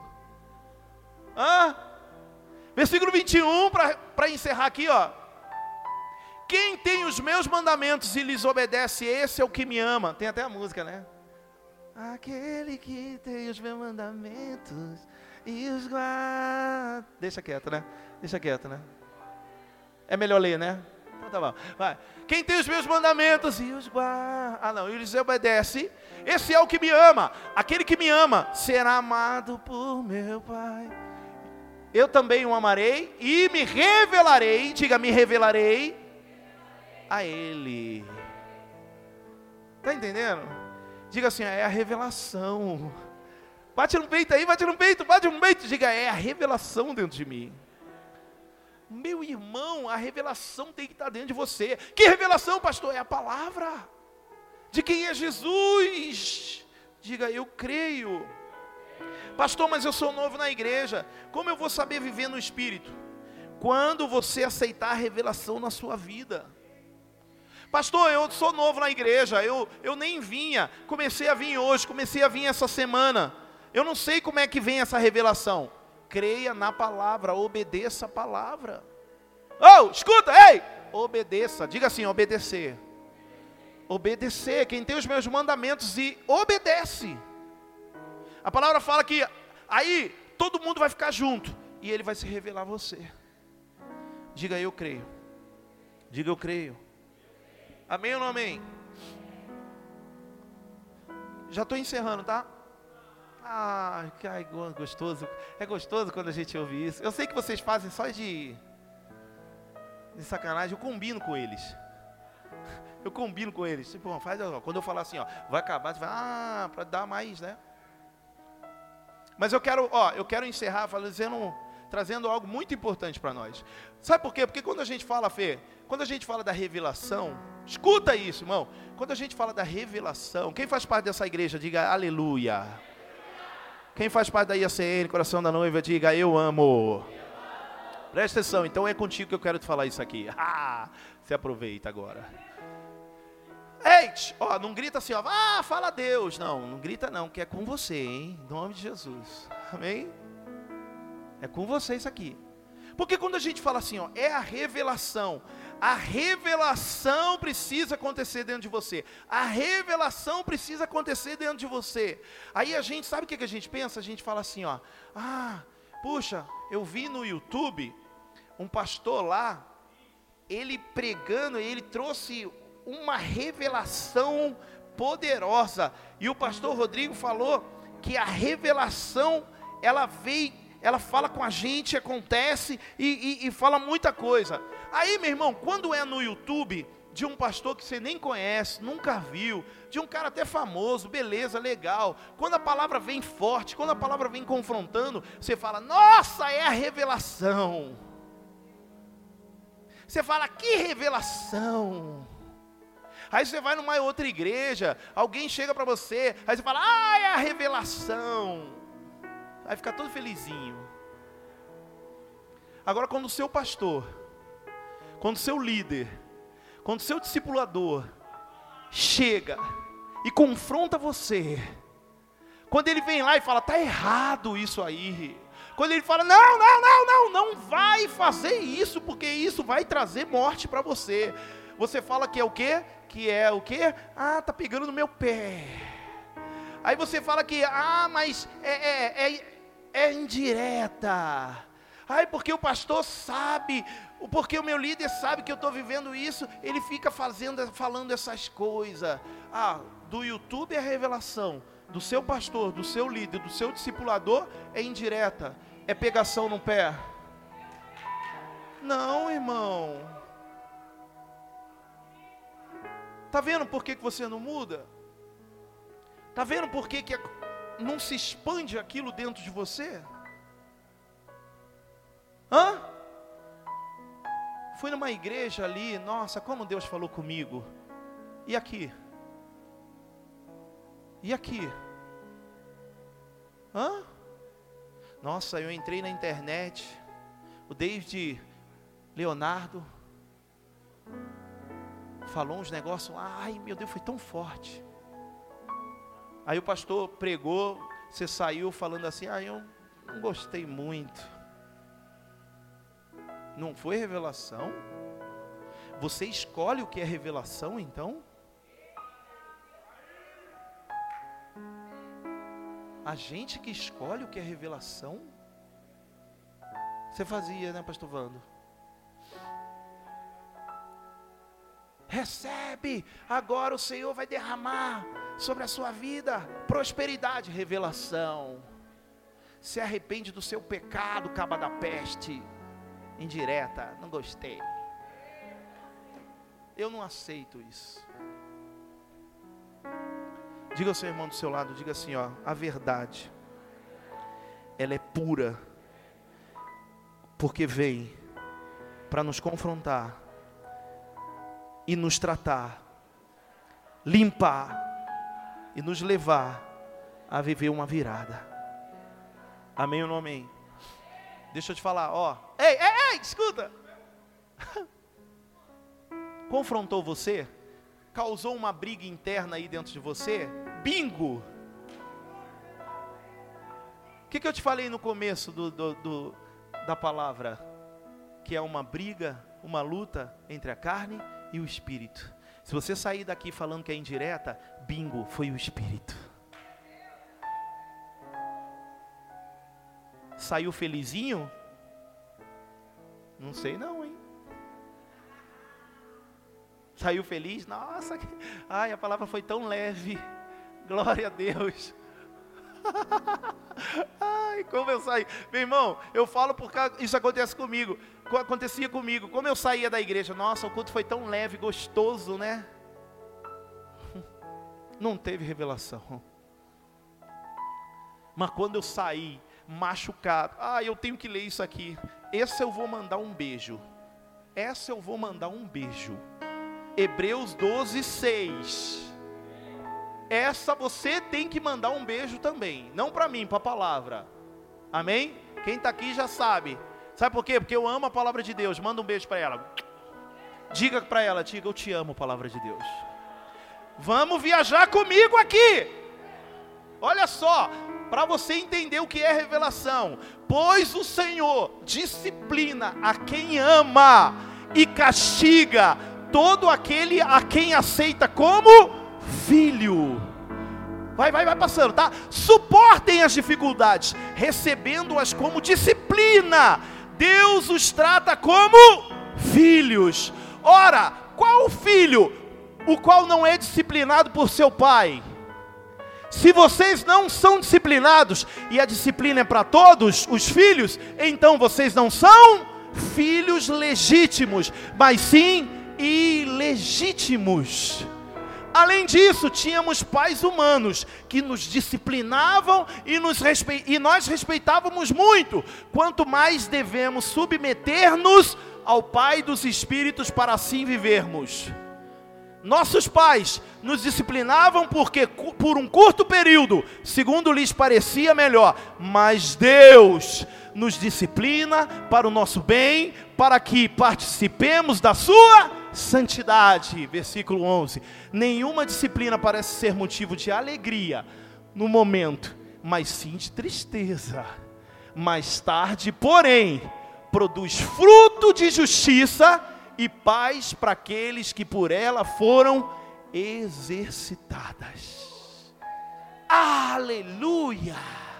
Versículo 21, para encerrar aqui, ó. Quem tem os meus mandamentos e lhes obedece, esse é o que me ama. Tem até a música, né? Aquele que tem os meus mandamentos e os guarda. Deixa quieto, né? Deixa quieto, né? É melhor ler, né? Então tá bom. Vai. Quem tem os meus mandamentos e os guarda. E lhes obedece, esse é o que me ama. Aquele que me ama será amado por meu Pai. Eu também o amarei e me revelarei, diga, me revelarei a Ele. Está entendendo? Diga assim, é a revelação. Bate no peito aí, bate no peito, bate no peito. Diga, é a revelação dentro de mim. Meu irmão, a revelação tem que estar dentro de você. Que revelação, pastor? É a palavra. De quem é Jesus? Diga, eu creio. Pastor, mas eu sou novo na igreja. Como eu vou saber viver no Espírito? Quando você aceitar a revelação na sua vida. Pastor, eu sou novo na igreja, eu nem vinha, comecei a vir hoje, comecei a vir essa semana. Eu não sei como é que vem essa revelação. Creia na palavra, obedeça a palavra. Oh, escuta, ei! Obedeça, diga assim, obedecer. Obedecer, quem tem os meus mandamentos e obedece. A palavra fala que aí todo mundo vai ficar junto e Ele vai se revelar a você. Diga, eu creio. Diga, eu creio. Amém ou não amém? Já estou encerrando, tá? Que gostoso. É gostoso quando a gente ouve isso. Eu sei que vocês fazem só de sacanagem. Eu combino com eles. Eu combino com eles. Tipo, faz, quando eu falar assim, ó, vai acabar, você vai, para dar mais, né? Mas eu quero encerrar trazendo algo muito importante para nós. Sabe por quê? Porque quando a gente fala, Fê, quando a gente fala da revelação, escuta isso, irmão. Quando a gente fala da revelação, quem faz parte dessa igreja, diga aleluia. Quem faz parte da IACN, Coração da Noiva, diga eu amo. Presta atenção, então é contigo que eu quero te falar isso aqui. Se aproveita agora. Ei, não grita assim, fala a Deus. Não grita não, que é com você, hein? Em nome de Jesus. Amém? É com você isso aqui. Porque quando a gente fala assim, é a revelação. A revelação precisa acontecer dentro de você. A revelação precisa acontecer dentro de você. Aí a gente, sabe o que a gente pensa? A gente fala assim, puxa, eu vi no YouTube um pastor lá, ele pregando, ele trouxe uma revelação poderosa. E o pastor Rodrigo falou que a revelação, ela veio, ela fala com a gente, acontece e fala muita coisa. Aí, meu irmão, quando é no YouTube, de um pastor que você nem conhece, nunca viu, de um cara até famoso, beleza, legal. Quando a palavra vem forte, quando a palavra vem confrontando, você fala, nossa, é a revelação. Você fala, que revelação. Aí você vai numa outra igreja, alguém chega para você, aí você fala, ah, é a revelação. Aí fica todo felizinho. Agora, quando o seu pastor, quando o seu líder, quando o seu discipulador chega e confronta você, quando ele vem lá e fala, está errado isso aí, quando ele fala, não vai fazer isso, porque isso vai trazer morte para você, você fala que é o quê? Que é o quê? Ah, está pegando no meu pé. Aí você fala que, mas é indireta. Ai, porque o pastor sabe, porque o meu líder sabe que eu estou vivendo isso, ele fica falando essas coisas. Do YouTube é revelação, do seu pastor, do seu líder, do seu discipulador é indireta, é pegação no pé. Não, irmão. Está vendo por que você não muda? Está vendo por que não se expande aquilo dentro de você? Fui numa igreja ali, nossa, como Deus falou comigo. E aqui? E aqui? Nossa, eu entrei na internet, o David Leonardo falou uns negócios, ai meu Deus, foi tão forte. Aí o pastor pregou, você saiu falando assim, eu não gostei muito. Não foi revelação? Você escolhe o que é revelação, então? A gente que escolhe o que é revelação? Você fazia, né, pastor Vando? Recebe, agora o Senhor vai derramar sobre a sua vida prosperidade, revelação. Se arrepende do seu pecado, caba da peste. Indireta, não gostei. Eu não aceito isso. Diga ao seu irmão do seu lado, diga assim, a verdade, ela é pura, porque vem para nos confrontar e nos tratar, limpar e nos levar a viver uma virada. Amém ou não amém? Deixa eu te falar, ei, escuta. Confrontou você? Causou uma briga interna aí dentro de você? Bingo! O que eu te falei no começo da palavra? Que é uma briga, uma luta entre a carne e o espírito. Se você sair daqui falando que é indireta, bingo, foi o espírito. Saiu felizinho? Não sei não, hein? Saiu feliz? Nossa, a palavra foi tão leve. Glória a Deus. Ai, como eu saí. Meu irmão, eu falo porque isso acontecia comigo. Como eu saía da igreja, nossa, o culto foi tão leve, gostoso, né? Não teve revelação. Mas quando eu saí machucado, eu tenho que ler isso aqui. Essa eu vou mandar um beijo. Hebreus 12:6. Essa você tem que mandar um beijo também. Não para mim, para a palavra. Amém? Quem está aqui já sabe. Sabe por quê? Porque eu amo a palavra de Deus. Manda um beijo para ela. Diga para ela, eu te amo, palavra de Deus. Vamos viajar comigo aqui. Olha só, para você entender o que é revelação. Pois o Senhor disciplina a quem ama e castiga todo aquele a quem aceita como filho. Vai passando, tá? Suportem as dificuldades, recebendo-as como disciplina. Deus os trata como filhos. Ora, qual o filho o qual não é disciplinado por seu pai? Se vocês não são disciplinados, e a disciplina é para todos os filhos, então vocês não são filhos legítimos, mas sim ilegítimos. Além disso, tínhamos pais humanos que nos disciplinavam e nós respeitávamos muito. Quanto mais devemos submeter-nos ao Pai dos Espíritos para assim vivermos. Nossos pais nos disciplinavam porque por um curto período, segundo lhes parecia melhor, mas Deus nos disciplina para o nosso bem, para que participemos da sua santidade. Versículo 11. Nenhuma disciplina parece ser motivo de alegria no momento, mas sim de tristeza. Mais tarde, porém, produz fruto de justiça e paz para aqueles que por ela foram exercitadas. Aleluia!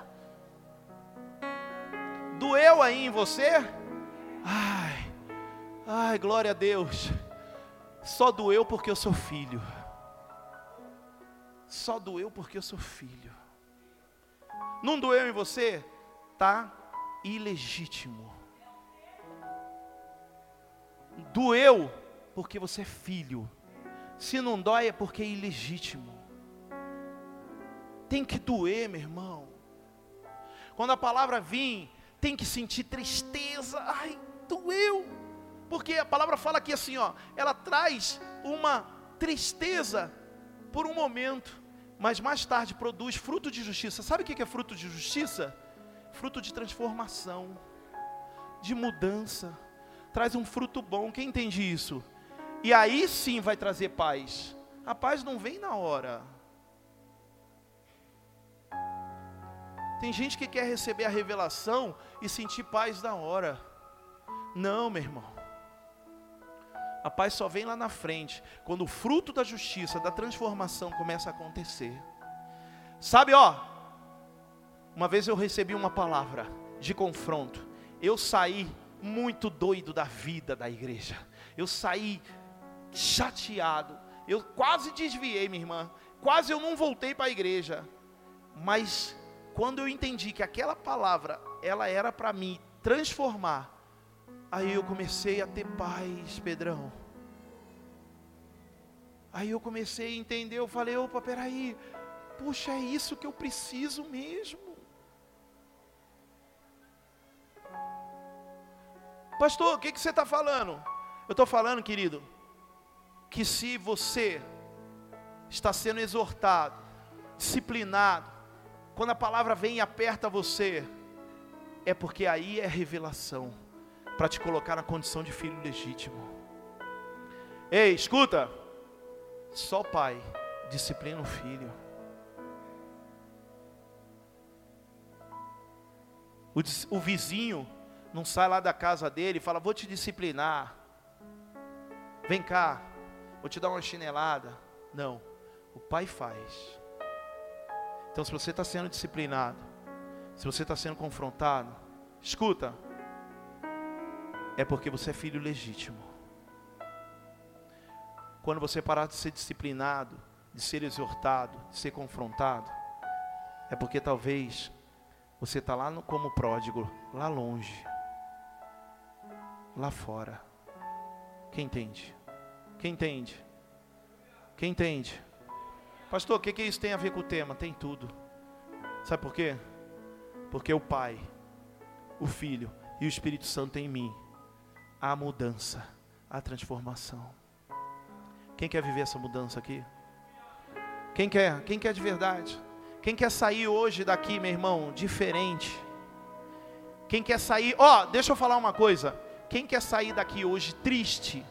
Doeu aí em você? Ai, glória a Deus. Só doeu porque eu sou filho. Só doeu porque eu sou filho. Não doeu em você? Tá ilegítimo. Doeu porque você é filho. Se não dói é porque é ilegítimo. Tem que doer, meu irmão. Quando a palavra vir, tem que sentir tristeza. Ai, doeu. Porque a palavra fala aqui assim, ó, ela traz uma tristeza por um momento, mas mais tarde produz fruto de justiça. Sabe o que é fruto de justiça? Fruto de transformação, de mudança. Traz um fruto bom. Quem entende isso? E aí sim vai trazer paz. A paz não vem na hora. Tem gente que quer receber a revelação e sentir paz na hora. Não, meu irmão. A paz só vem lá na frente, quando o fruto da justiça, da transformação começa a acontecer. Sabe, ó, uma vez eu recebi uma palavra de confronto. Eu saí muito doido da vida da igreja. Eu saí chateado. Eu quase desviei, minha irmã. Quase eu não voltei para a igreja. Mas quando eu entendi que aquela palavra, ela era para me transformar, aí eu comecei a ter paz, Pedrão. Aí eu comecei a entender, eu falei, opa, peraí, puxa, é isso que eu preciso mesmo. Pastor, o que você está falando? Eu estou falando, querido, que se você está sendo exortado, disciplinado, quando a palavra vem e aperta você, é porque aí é revelação, para te colocar na condição de filho legítimo. Ei, escuta, só o pai disciplina o filho. O vizinho não sai lá da casa dele e fala, vou te disciplinar, vem cá, vou te dar uma chinelada. Não, o pai faz. Então se você está sendo disciplinado, se você está sendo confrontado, escuta, é porque você é filho legítimo. Quando você parar de ser disciplinado, de ser exortado, de ser confrontado, é porque talvez você está lá como pródigo, lá longe, lá fora. Quem entende? Quem entende? Quem entende? Pastor, o que isso tem a ver com o tema? Tem tudo. Sabe por quê? Porque o Pai, o Filho e o Espírito Santo em mim, a mudança, a transformação. Quem quer viver essa mudança aqui? Quem quer? Quem quer de verdade? Quem quer sair hoje daqui, meu irmão, diferente? Quem quer sair, deixa eu falar uma coisa. Quem quer sair daqui hoje triste?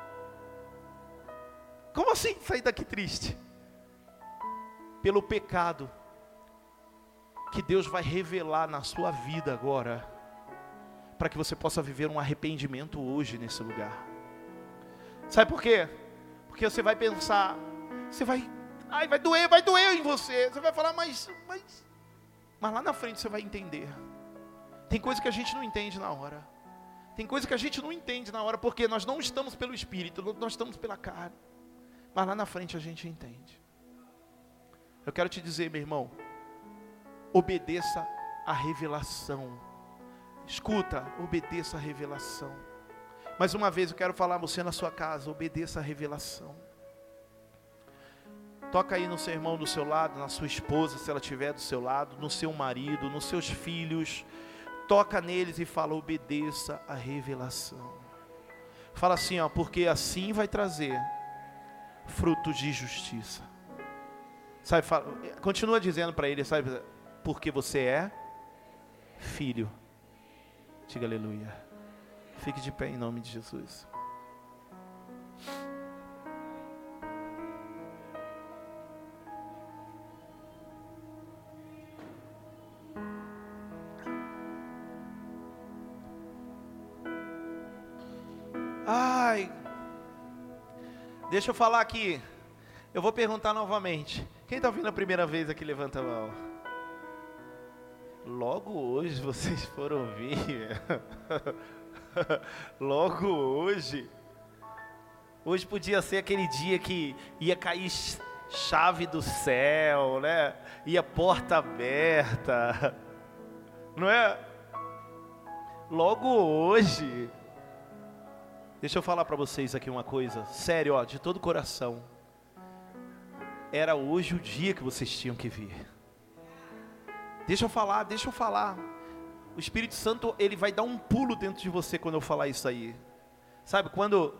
Como assim sair daqui triste? Pelo pecado que Deus vai revelar na sua vida agora, para que você possa viver um arrependimento hoje nesse lugar. Sabe por quê? Porque você vai pensar, vai doer em você. Você vai falar, mas lá na frente você vai entender. Tem coisa que a gente não entende na hora. Tem coisa que a gente não entende na hora, porque nós não estamos pelo Espírito, nós estamos pela carne. Mas lá na frente a gente entende. Eu quero te dizer, meu irmão, obedeça à revelação. Escuta, obedeça à revelação. Mais uma vez eu quero falar a você na sua casa, obedeça à revelação. Toca aí no seu irmão do seu lado, na sua esposa, se ela estiver do seu lado, no seu marido, nos seus filhos. Toca neles e fala, obedeça à revelação. Fala assim, ó, porque assim vai trazer frutos de justiça. Sabe, fala, continua dizendo para ele, sabe, porque você é filho. Diga aleluia. Fique de pé em nome de Jesus. Ai, deixa eu falar aqui. Eu vou perguntar novamente. Quem está vindo a primeira vez aqui, levanta a mão. Logo hoje vocês foram ouvir. Logo hoje. Hoje podia ser aquele dia que ia cair chave do céu, né? Ia porta aberta. Não é? Logo hoje. Deixa eu falar para vocês aqui uma coisa, sério, ó, de todo o coração. Era hoje o dia que vocês tinham que vir. Deixa eu falar. O Espírito Santo, ele vai dar um pulo dentro de você quando eu falar isso aí. Sabe, quando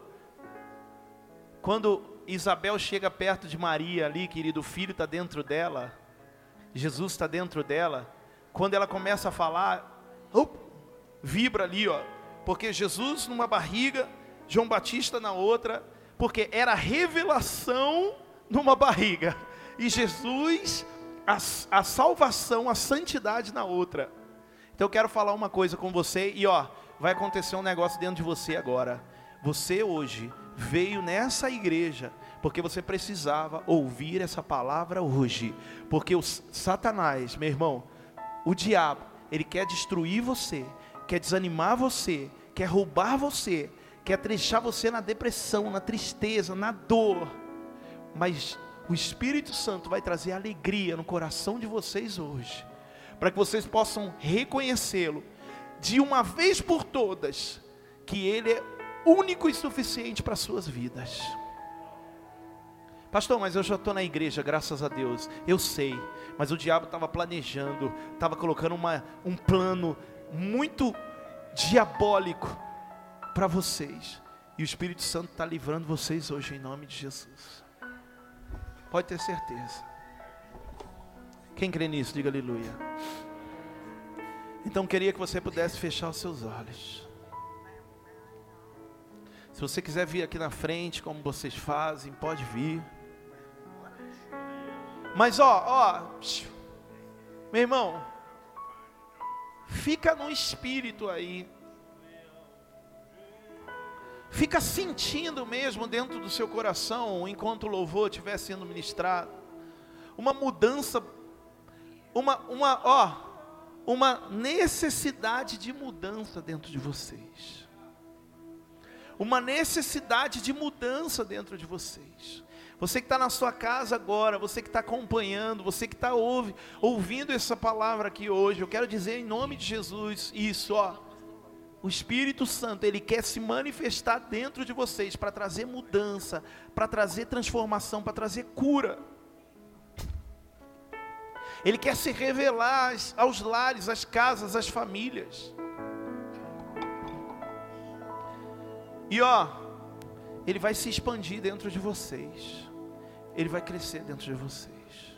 Isabel chega perto de Maria ali, querido, o filho está dentro dela, Jesus está dentro dela, quando ela começa a falar, vibra ali, ó, porque Jesus numa barriga, João Batista na outra, porque era revelação numa barriga, e Jesus, a salvação, a santidade na outra. Então eu quero falar uma coisa com você, e ó, vai acontecer um negócio dentro de você agora. Você hoje veio nessa igreja, porque você precisava ouvir essa palavra hoje, porque o Satanás, meu irmão, o diabo, ele quer destruir você, quer desanimar você, quer roubar você, quer deixar você na depressão, na tristeza, na dor, mas o Espírito Santo vai trazer alegria no coração de vocês hoje, para que vocês possam reconhecê-lo, de uma vez por todas, que Ele é único e suficiente para as suas vidas. Pastor, mas eu já estou na igreja, graças a Deus. Eu sei, mas o diabo estava planejando, estava colocando um plano muito diabólico para vocês, e o Espírito Santo está livrando vocês hoje em nome de Jesus. Pode ter certeza. Quem crê nisso, diga aleluia. Então queria que você pudesse fechar os seus olhos. Se você quiser vir aqui na frente, como vocês fazem, pode vir. Mas meu irmão, fica no Espírito aí. Fica sentindo mesmo dentro do seu coração, enquanto o louvor estiver sendo ministrado, uma mudança, uma necessidade de mudança dentro de vocês. Uma necessidade de mudança dentro de vocês. Você que está na sua casa agora, você que está acompanhando, você que está ouvindo essa palavra aqui hoje, eu quero dizer em nome de Jesus isso, o Espírito Santo, Ele quer se manifestar dentro de vocês, para trazer mudança, para trazer transformação, para trazer cura. Ele quer se revelar aos lares, às casas, às famílias. E Ele vai se expandir dentro de vocês. Ele vai crescer dentro de vocês.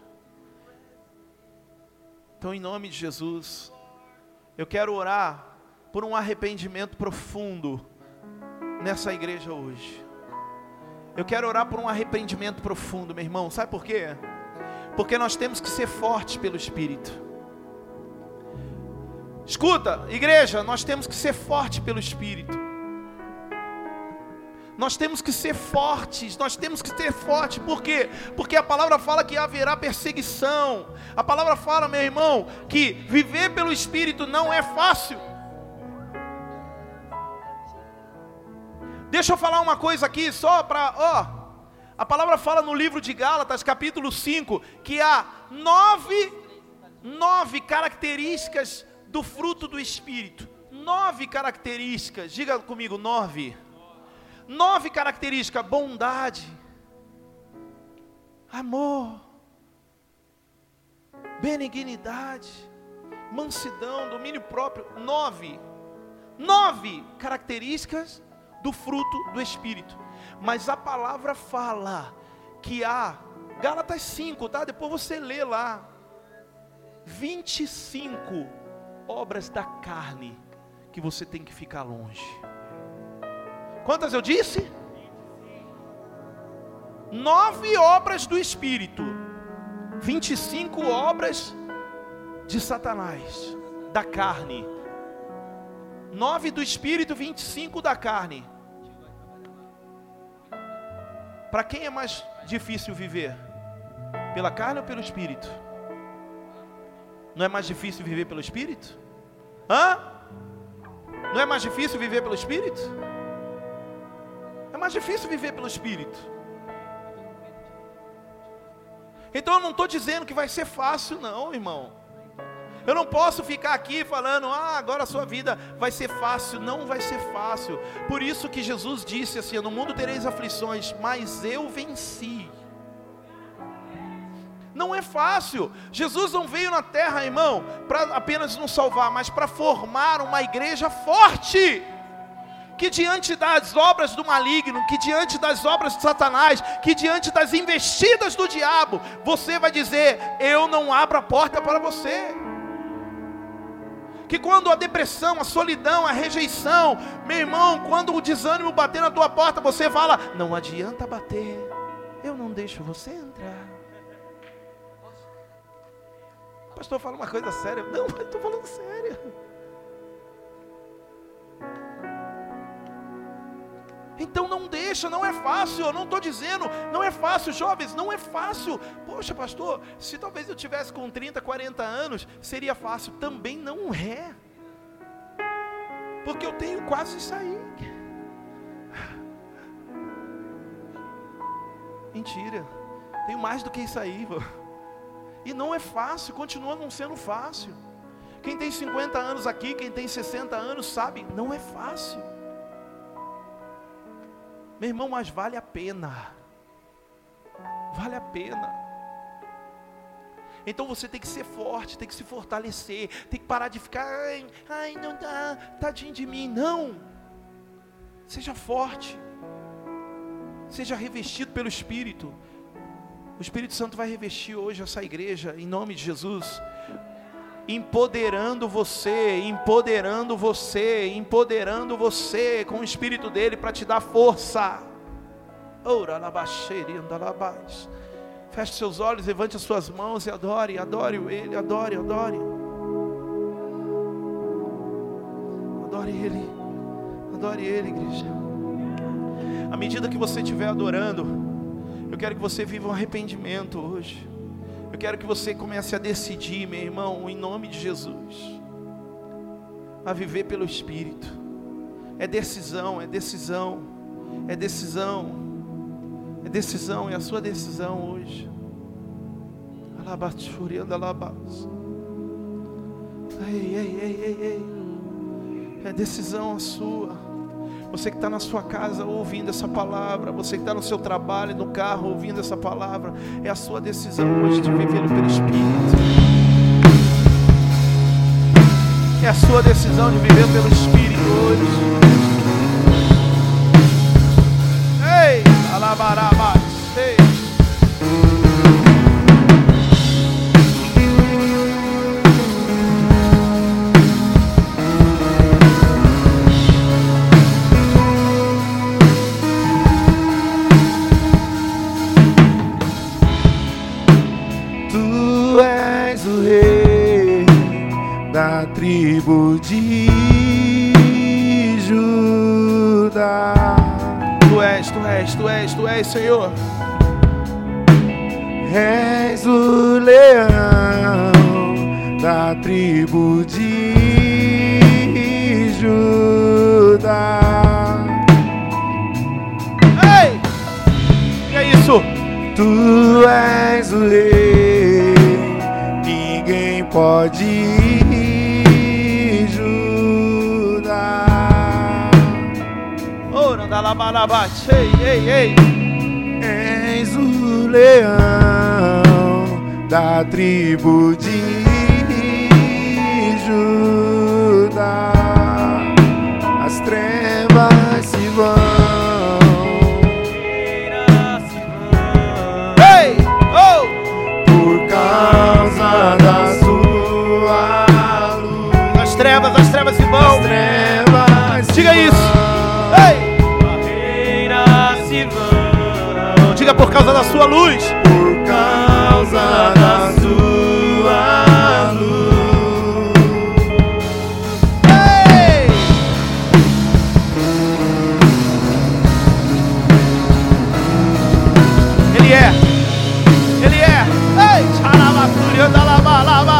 Então, em nome de Jesus, eu quero orar por um arrependimento profundo nessa igreja hoje. Eu quero orar por um arrependimento profundo, meu irmão. Sabe por quê? Porque nós temos que ser fortes pelo Espírito. Escuta, igreja, nós temos que ser fortes pelo Espírito. Nós temos que ser fortes, por quê? Porque a palavra fala que haverá perseguição. A palavra fala, meu irmão, que viver pelo Espírito não é fácil. Deixa eu falar uma coisa aqui, só para, a palavra fala no livro de Gálatas, capítulo 5, que há 9 características do fruto do Espírito. 9 características, diga comigo, 9. 9 características: bondade, amor, benignidade, mansidão, domínio próprio. 9 características do fruto do Espírito. Mas a palavra fala que há, Gálatas 5, tá? Depois você lê lá, 25 obras da carne que você tem que ficar longe. Quantas eu disse? 9 obras do Espírito, 25 obras de Satanás, da carne. 9 do Espírito, 25 da carne. Para quem é mais difícil viver? Pela carne ou pelo Espírito? Não é mais difícil viver pelo Espírito? Não é mais difícil viver pelo Espírito? É mais difícil viver pelo Espírito. Então eu não estou dizendo que vai ser fácil não, irmão. Eu não posso ficar aqui falando, agora a sua vida vai ser fácil. Não vai ser fácil. Por isso que Jesus disse assim: no mundo tereis aflições, mas eu venci. Não é fácil. Jesus não veio na terra, irmão, para apenas nos salvar, mas para formar uma igreja forte, que diante das obras do maligno, que diante das obras de Satanás, que diante das investidas do diabo, você vai dizer: eu não abro a porta para você. Que quando a depressão, a solidão, a rejeição, meu irmão, quando o desânimo bater na tua porta, você fala: não adianta bater, eu não deixo você entrar. Pastor, fala uma coisa séria. Não, eu estou falando sério. Então não deixa, não é fácil. Eu não estou dizendo, não é fácil, jovens, não é fácil. Poxa, pastor, se talvez eu tivesse com 30, 40 anos, seria fácil. Também não é. Porque eu tenho quase isso aí. Mentira, tenho mais do que isso aí, e não é fácil, continua não sendo fácil. Quem tem 50 anos aqui, quem tem 60 anos sabe, não é fácil. Meu irmão, mas vale a pena. Vale a pena. Então você tem que ser forte, tem que se fortalecer, tem que parar de ficar, ai não dá, tadinho de mim. Não. Seja forte. Seja revestido pelo Espírito. O Espírito Santo vai revestir hoje essa igreja, em nome de Jesus, empoderando você com o Espírito dele para te dar força. Feche seus olhos, levante as suas mãos e adore ele, adore ele, igreja. À medida que você estiver adorando, eu quero que você viva um arrependimento hoje. Eu quero que você comece a decidir, meu irmão, em nome de Jesus, a viver pelo Espírito. É decisão, é a sua decisão hoje. É decisão a sua. Você que está na sua casa ouvindo essa palavra, você que está no seu trabalho, no carro ouvindo essa palavra, é a sua decisão hoje de viver pelo Espírito. É a sua decisão de viver pelo Espírito hoje. Ei, alabarabas, ei. Da tribo de Judá. Tu és, Senhor. És o leão da tribo de Judá. Tu és o rei, ninguém pode julgar. Ora da labalaba, ei. És o leão da tribo de Judá. As trevas se vão. As trevas se vão. Diga isso. Ei. Barreiras se vão. Diga por causa da sua luz. Por causa da sua luz. Ei. Ele é. Ei. Xarabacuri, andalaba.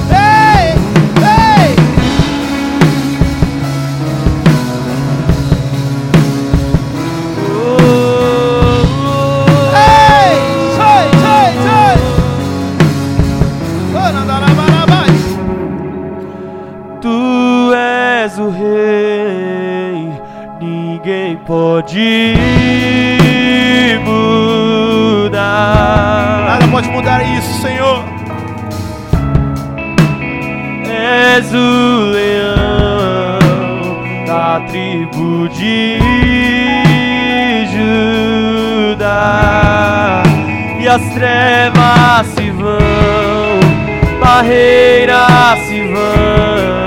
O rei, ninguém pode mudar. Nada pode mudar isso, Senhor. És o leão da tribo de Judá. E as trevas se vão, barreiras se vão.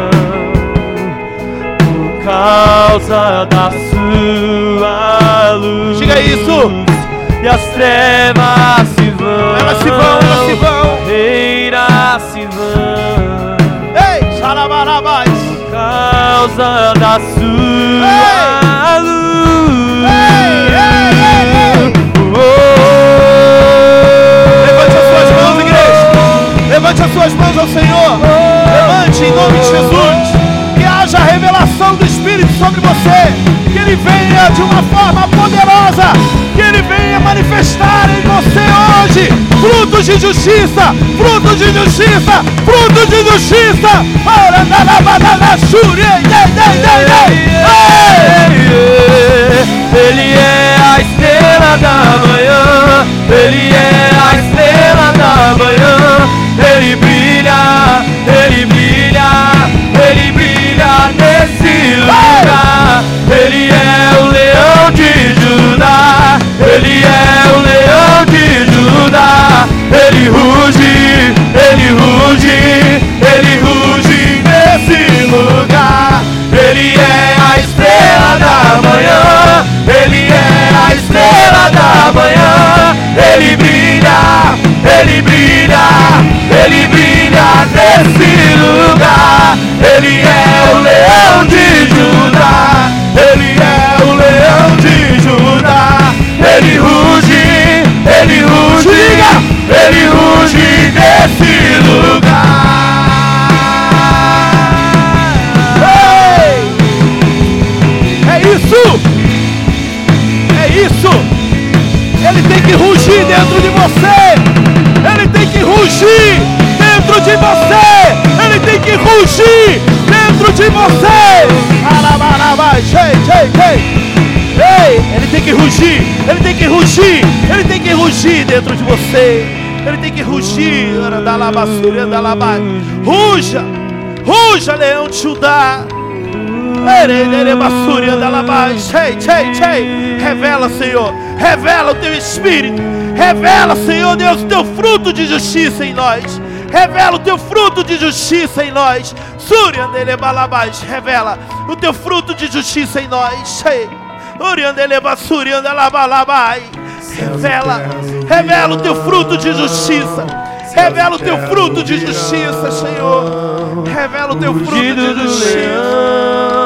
Causa da sua luz. Diga isso. E as trevas se vão. Elas se vão. Barreiras se vão. Ei, xarabarabás. Causa da sua luz. Ei. Levante as suas mãos, igreja. Levante as suas mãos ao Senhor. Levante em nome de Jesus. Que haja a revelação do Espírito sobre você, que Ele venha de uma forma poderosa, que Ele venha manifestar em você hoje frutos de justiça, frutos de justiça, frutos de justiça. Ele é a estrela da manhã, Ele é a estrela da manhã, Ele brilha, Ele brilha, Ele brilha nesse lugar. Ele é o leão de Judá, Ele é o leão de Judá. Ele ruge, Ele ruge, Ele ruge nesse lugar. Ele é a estrela da manhã, Ele é a estrela da manhã. Ele brilha, Ele brilha, Ele brilha nesse lugar. Ele é o leão de Judá, Ele é o leão de Judá. Ele ruge, Ele ruge, Ele ruge nesse lugar. Ei! É isso. Ele tem que rugir dentro de você. Ele tem que rugir dentro de você. Ele tem que rugir dentro de você. Ei, ele tem que rugir. Ele tem que rugir. Ele tem que rugir dentro de você. Ele tem que rugir. Ruja. Ruja, leão de Judá. Revela, Senhor. Revela o teu Espírito. Revela, Senhor Deus, o teu fruto de justiça em nós. Revela o teu fruto de justiça em nós. Revela o teu fruto de justiça em nós. Revela o teu fruto de justiça. Revela o teu fruto de justiça, Senhor. Revela o teu fruto de justiça.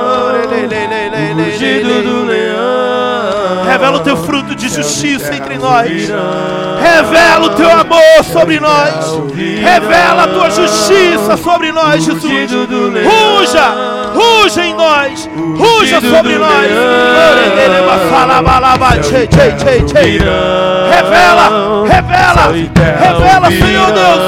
Revela o teu fruto de justiça entre nós. Revela o teu amor sobre nós. Revela a tua justiça sobre nós, Jesus. Ruja em nós. Ruja sobre nós. Revela, revela, revela, Senhor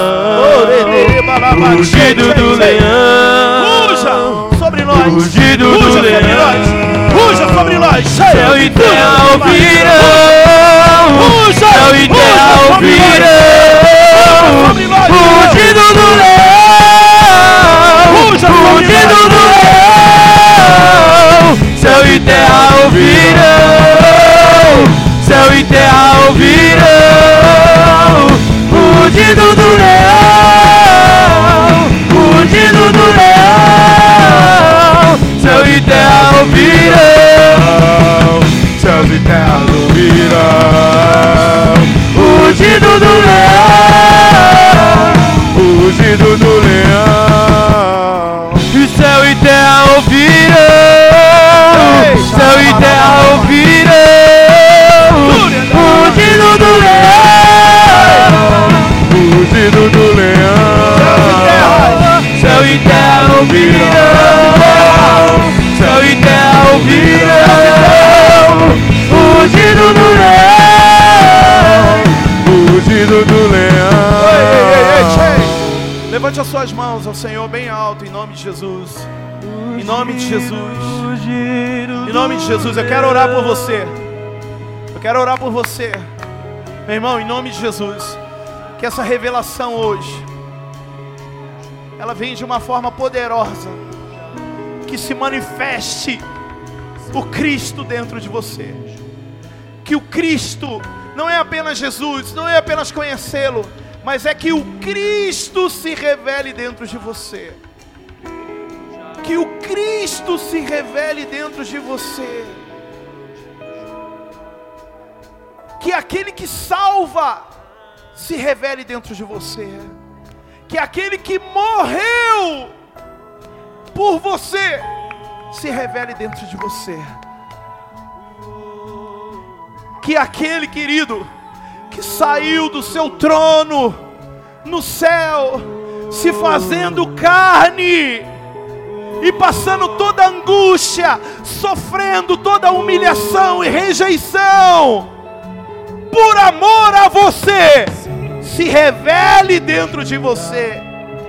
Deus. Rugido do leão. Ruja sobre nós. Rugido do Ruja sobre leão. nós. Ruja sobre nós. Céu e terra ouvirão. Ruja, Céu e terra ouvirão. Rugido do leão. Rugido do leão. Céu e terra ouvirão. Céu e terra ouvirão. Rugido do leão. Rugido do leão. Céu e terra ouvirão. Céu e terra ouvirão. Rugido do leão. Rugido do leão. E céu e terra ouvirão. Céu e terra ouvirão. Rugido do leão. Rugido do leão. Céu e terra ouvirão. Céu e terra ouvirão. Rugido do leão. Rugido do leão. Levante as suas mãos ao Senhor bem alto, em nome de Jesus. Em nome de Jesus. Em nome de Jesus, eu quero orar por você. Eu quero orar por você. Meu irmão, em nome de Jesus, que essa revelação hoje, ela vem de uma forma poderosa, que se manifeste o Cristo dentro de você. Que o Cristo não é apenas Jesus, não é apenas conhecê-lo, mas é que o Cristo se revele dentro de você. Que o Cristo se revele dentro de você. Que aquele que salva se revele dentro de você. Que aquele que morreu por você se revele dentro de você. Que aquele, querido, que saiu do seu trono no céu, se fazendo carne e passando toda a angústia, sofrendo toda a humilhação e rejeição, por amor a você, se revele dentro de você.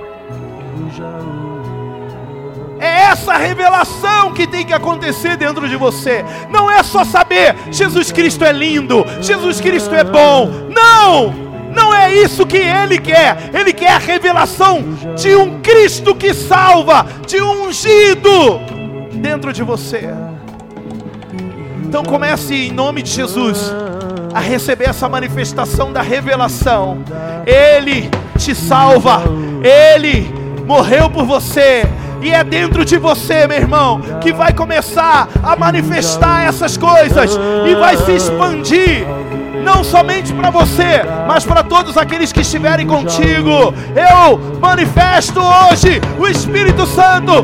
É essa revelação que tem que acontecer dentro de você. Não é só saber, Jesus Cristo é lindo, Jesus Cristo é bom. Não! Não é isso que Ele quer. Ele quer a revelação de um Cristo que salva, de um ungido dentro de você. Então comece em nome de Jesus a receber essa manifestação da revelação. Ele te salva, Ele morreu por você. E é dentro de você, meu irmão, que vai começar a manifestar essas coisas e vai se expandir, não somente para você, mas para todos aqueles que estiverem contigo. Eu manifesto hoje o Espírito Santo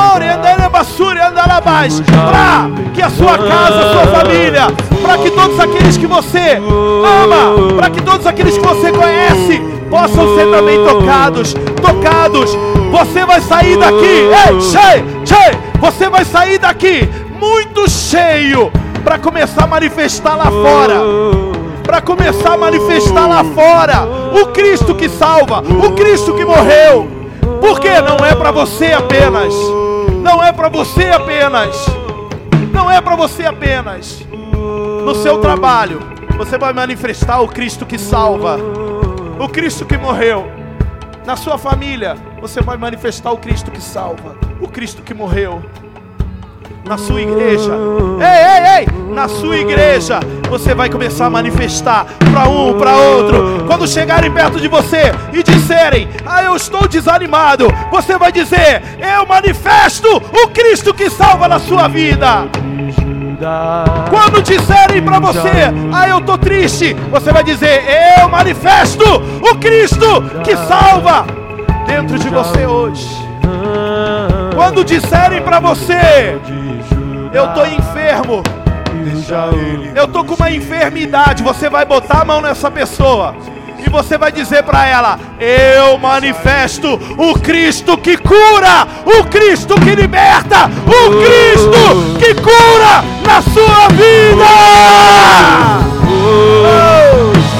para que a sua casa, a sua família, para que todos aqueles que você ama, para que todos aqueles que você conhece possam ser também tocados. Você vai sair daqui, você vai sair daqui muito cheio para começar a manifestar lá fora. Para começar a manifestar lá fora o Cristo que salva, o Cristo que morreu. Porque não é para você apenas. Não é para você apenas. Não é para você apenas. No seu trabalho, você vai manifestar o Cristo que salva, o Cristo que morreu. Na sua família, você vai manifestar o Cristo que salva, o Cristo que morreu. Na sua igreja, na sua igreja, você vai começar a manifestar para um, para outro. Quando chegarem perto de você e disserem, eu estou desanimado, você vai dizer, eu manifesto o Cristo que salva na sua vida. Quando disserem para você, eu estou triste, você vai dizer, eu manifesto o Cristo que salva dentro de você hoje. Quando disserem para você, eu estou enfermo, eu estou com uma enfermidade, você vai botar a mão nessa pessoa e você vai dizer para ela, eu manifesto o Cristo que cura, o Cristo que liberta, o Cristo que cura na sua vida.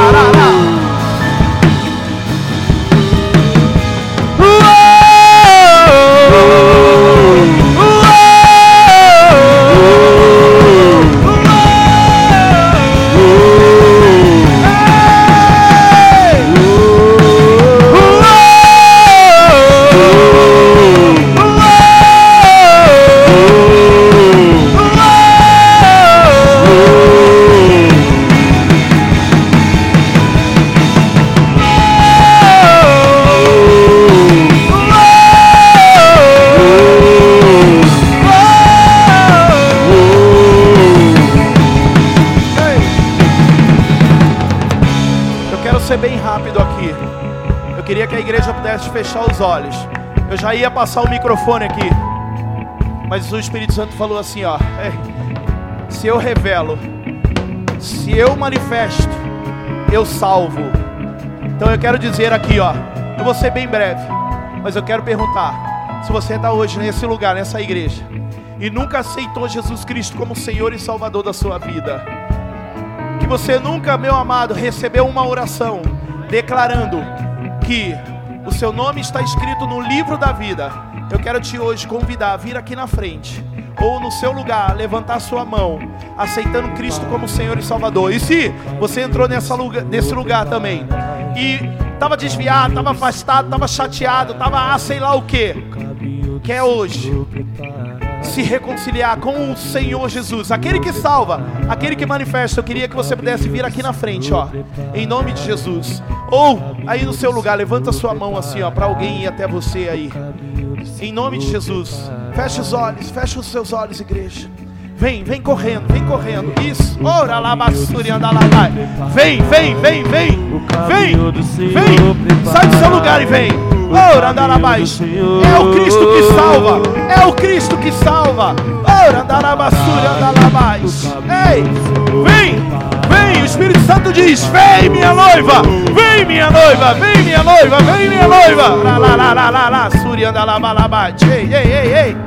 Fechar os olhos. Eu já ia passar o microfone aqui, mas o Espírito Santo falou assim, ó: se eu revelo, se eu manifesto, eu salvo. Então eu quero dizer aqui, ó, eu vou ser bem breve, mas eu quero perguntar: se você está hoje nesse lugar, nessa igreja, e nunca aceitou Jesus Cristo como Senhor e Salvador da sua vida, que você nunca, meu amado, recebeu uma oração declarando que o seu nome está escrito no livro da vida, eu quero te hoje convidar a vir aqui na frente, ou no seu lugar, levantar sua mão, aceitando Cristo como Senhor e Salvador. E se você entrou nesse lugar também, e estava desviado, estava afastado, estava chateado, estava sei lá o que, quer hoje se reconciliar com o Senhor Jesus, aquele que salva, aquele que manifesta, eu queria que você pudesse vir aqui na frente, ó, em nome de Jesus. Ou aí no seu lugar, levanta sua mão assim, ó, para alguém ir até você aí, em nome de Jesus. Feche os olhos, feche os seus olhos, igreja. Vem correndo, isso. Ora lá, basuri, anda lá, vai. Vem. Sai do seu lugar e vem. Ora, anda lá, baixo. É o Cristo que salva. É o Cristo que salva. Ora, anda lá, basuri, anda lá, baixo. Ei, vem. O Espírito Santo diz: vem, minha noiva. Vem, minha noiva. Vem, minha noiva. Vem, minha noiva. Lá, suri, anda lá, balabaite. Ei.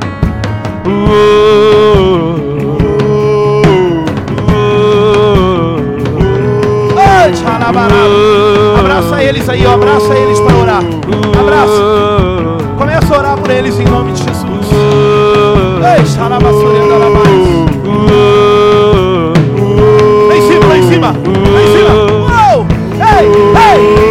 Abraça eles aí, ó, abraça eles para orar. Abraça. Começa a orar por eles em nome de Jesus. Ei, lá em cima. Uou! Ei!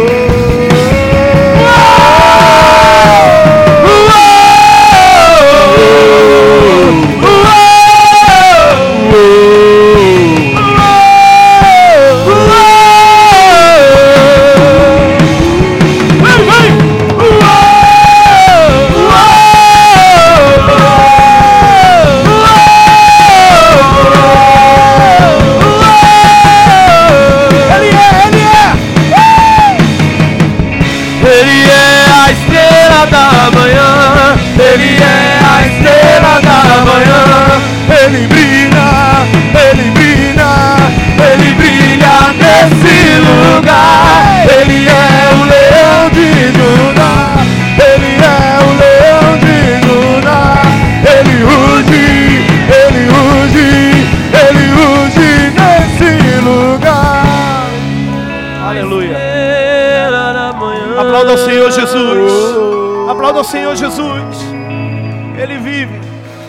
Aplauda ao Senhor Jesus. Aplauda ao Senhor Jesus. Ele vive.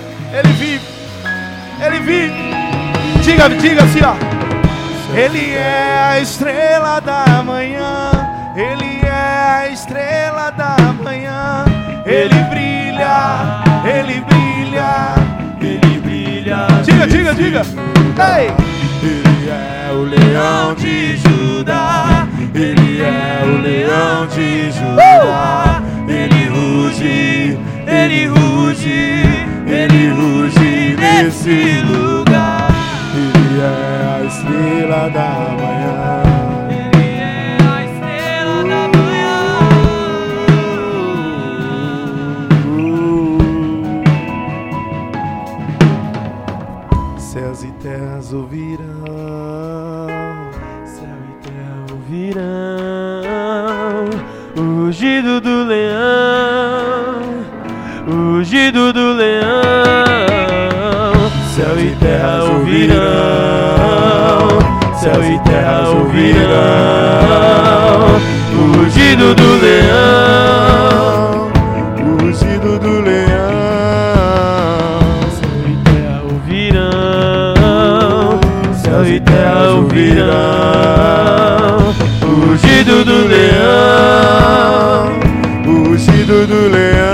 Diga assim, ó. Ele é a estrela da manhã. Ele é a estrela da manhã. Ele brilha. Diga. Ei! Ele é o leão de Judá. Ele é o leão de Judá. Ele ruge nesse lugar. Ele é a estrela da manhã. Ele é a estrela da manhã. Céus e terras ouvirão. O rugido do leão, o rugido do leão. Céu e terra ouvirão, céu e terra ouvirão o rugido do leão, o rugido do leão. Céu e terra ouvirão, céu e terra ouvirão o rugido do leão, O rugido do leão.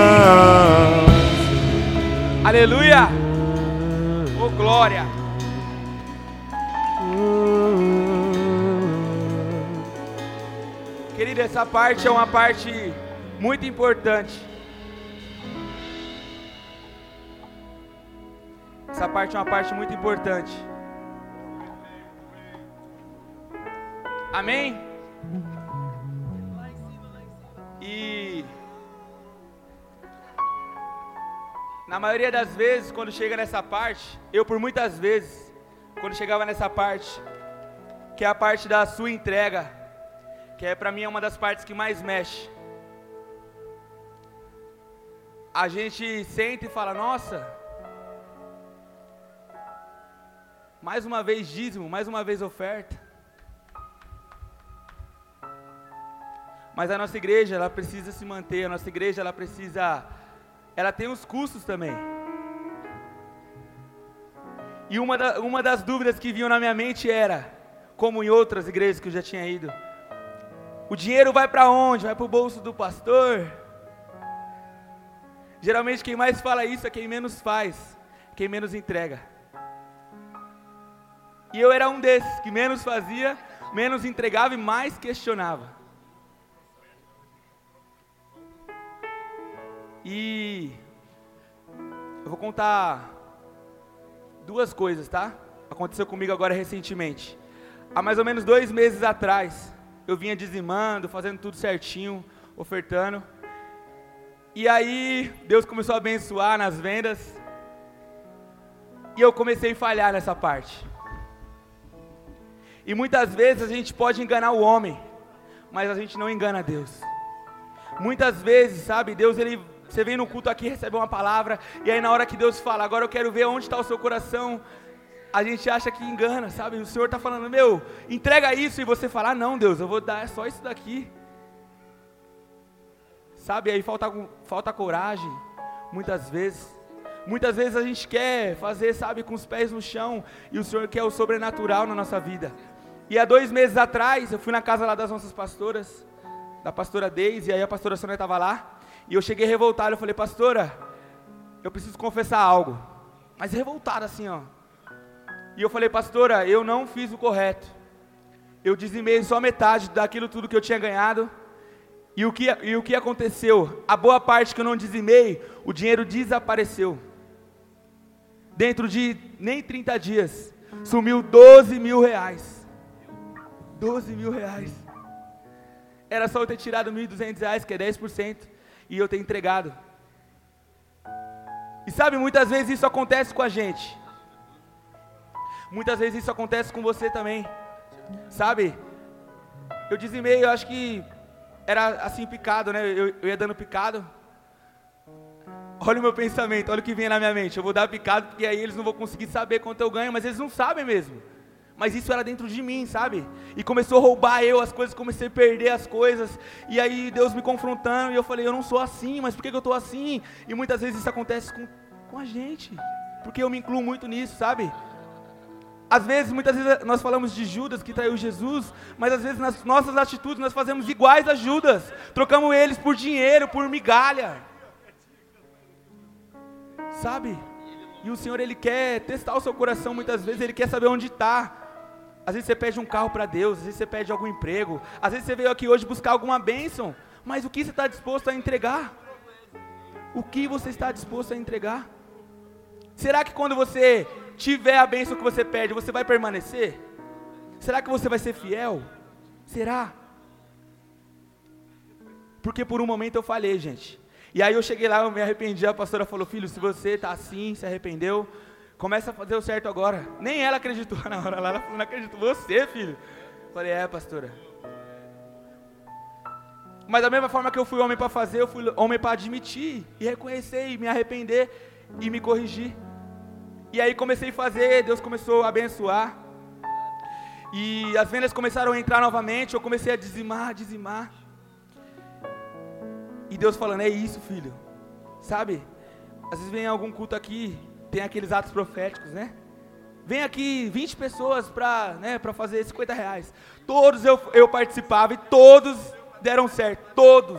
Aleluia! Oh, glória! Querido, essa parte é uma parte muito importante. Essa parte é uma parte muito importante. Amém? E na maioria das vezes, quando chega nessa parte, eu por muitas vezes, quando chegava nessa parte, que é a parte da sua entrega, que é pra mim é uma das partes que mais mexe. A gente senta e fala, nossa, mais uma vez dízimo, mais uma vez oferta. Mas a nossa igreja, ela precisa se manter, a nossa igreja, ela tem os custos também. E uma das dúvidas que vinham na minha mente era, como em outras igrejas que eu já tinha ido, o dinheiro vai para onde? Vai para o bolso do pastor? Geralmente quem mais fala isso é quem menos faz, quem menos entrega. E eu era um desses, que menos fazia, menos entregava e mais questionava. E eu vou contar duas coisas, tá? Aconteceu comigo agora recentemente. Há mais ou menos 2 meses atrás, eu vinha dizimando, fazendo tudo certinho, ofertando. E aí, Deus começou a abençoar nas vendas. E eu comecei a falhar nessa parte. E muitas vezes a gente pode enganar o homem, mas a gente não engana Deus. Muitas vezes, sabe, Deus, você vem no culto aqui, recebe uma palavra, e aí na hora que Deus fala, agora eu quero ver onde está o seu coração, a gente acha que engana, sabe? O Senhor está falando, entrega isso, e você fala, não Deus, eu vou dar só isso daqui. Sabe, aí falta coragem, muitas vezes. Muitas vezes a gente quer fazer, sabe, com os pés no chão, e o Senhor quer o sobrenatural na nossa vida. E há 2 meses atrás, eu fui na casa lá das nossas pastoras, da pastora Deise, e aí a pastora Sônia estava lá, e eu cheguei revoltado, eu falei, pastora, eu preciso confessar algo, mas revoltado assim, ó. E eu falei, pastora, eu não fiz o correto, eu dizimei só metade daquilo tudo que eu tinha ganhado, e o que aconteceu? A boa parte que eu não dizimei, o dinheiro desapareceu. Dentro de nem 30 dias, sumiu 12 mil reais. 12 mil reais. Era só eu ter tirado 1.200 reais, que é 10%, e eu ter entregado. E sabe, muitas vezes isso acontece com a gente. Muitas vezes isso acontece com você também. Sabe, eu dizimei, eu acho que era assim picado, né, eu ia dando picado. Olha o meu pensamento, olha o que vem na minha mente, eu vou dar picado, porque aí eles não vão conseguir saber quanto eu ganho, mas eles não sabem mesmo. Mas isso era dentro de mim, sabe? E começou a roubar as coisas, comecei a perder as coisas. E aí Deus me confrontando, e eu falei, eu não sou assim, mas por que eu estou assim? E muitas vezes isso acontece com a gente, porque eu me incluo muito nisso, sabe? Às vezes, muitas vezes nós falamos de Judas que traiu Jesus, mas às vezes nas nossas atitudes nós fazemos iguais a Judas. Trocamos eles por dinheiro, por migalha. Sabe? E o Senhor, Ele quer testar o seu coração muitas vezes, Ele quer saber onde está. Às vezes você pede um carro para Deus, às vezes você pede algum emprego, às vezes você veio aqui hoje buscar alguma bênção, mas o que você está disposto a entregar? O que você está disposto a entregar? Será que quando você tiver a bênção que você pede, você vai permanecer? Será que você vai ser fiel? Será? Porque por um momento eu falhei, gente. E aí eu cheguei lá, eu me arrependi, a pastora falou, filho, se você está assim, se arrependeu, começa a fazer o certo agora. Nem ela acreditou na hora lá, ela falou, não acredito, você, filho. Eu falei, pastora. Mas da mesma forma que eu fui homem para fazer, eu fui homem para admitir, e reconhecer, e me arrepender, e me corrigir. E aí comecei a fazer, Deus começou a abençoar. E as vendas começaram a entrar novamente, eu comecei a dizimar. E Deus falando, é isso, filho. Sabe? Às vezes vem algum culto aqui, tem aqueles atos proféticos, né? Vem aqui 20 pessoas para fazer R$50. Todos eu participava e todos deram certo.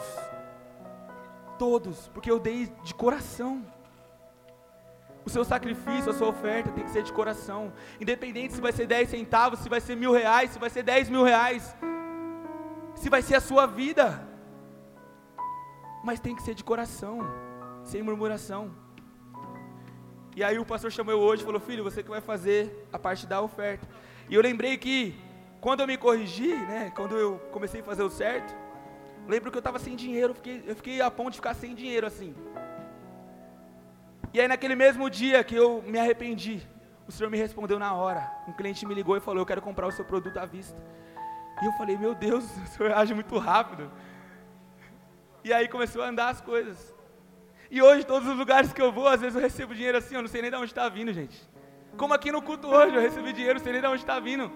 Todos, porque eu dei de coração. O seu sacrifício, a sua oferta tem que ser de coração. Independente se vai ser 10 centavos, se vai ser R$1.000, se vai ser R$10.000. Se vai ser a sua vida. Mas tem que ser de coração, sem murmuração. E aí o pastor chamou eu hoje e falou, filho, você que vai fazer a parte da oferta. E eu lembrei que, quando eu me corrigi, né, quando eu comecei a fazer o certo, lembro que eu estava sem dinheiro, eu fiquei a ponto de ficar sem dinheiro assim. E aí naquele mesmo dia que eu me arrependi, o Senhor me respondeu na hora. Um cliente me ligou e falou, eu quero comprar o seu produto à vista. E eu falei, meu Deus, o Senhor age muito rápido. E aí começou a andar as coisas. E hoje, todos os lugares que eu vou, às vezes eu recebo dinheiro assim, eu não sei nem de onde está vindo, gente. Como aqui no culto hoje, eu recebi dinheiro, não sei nem de onde está vindo.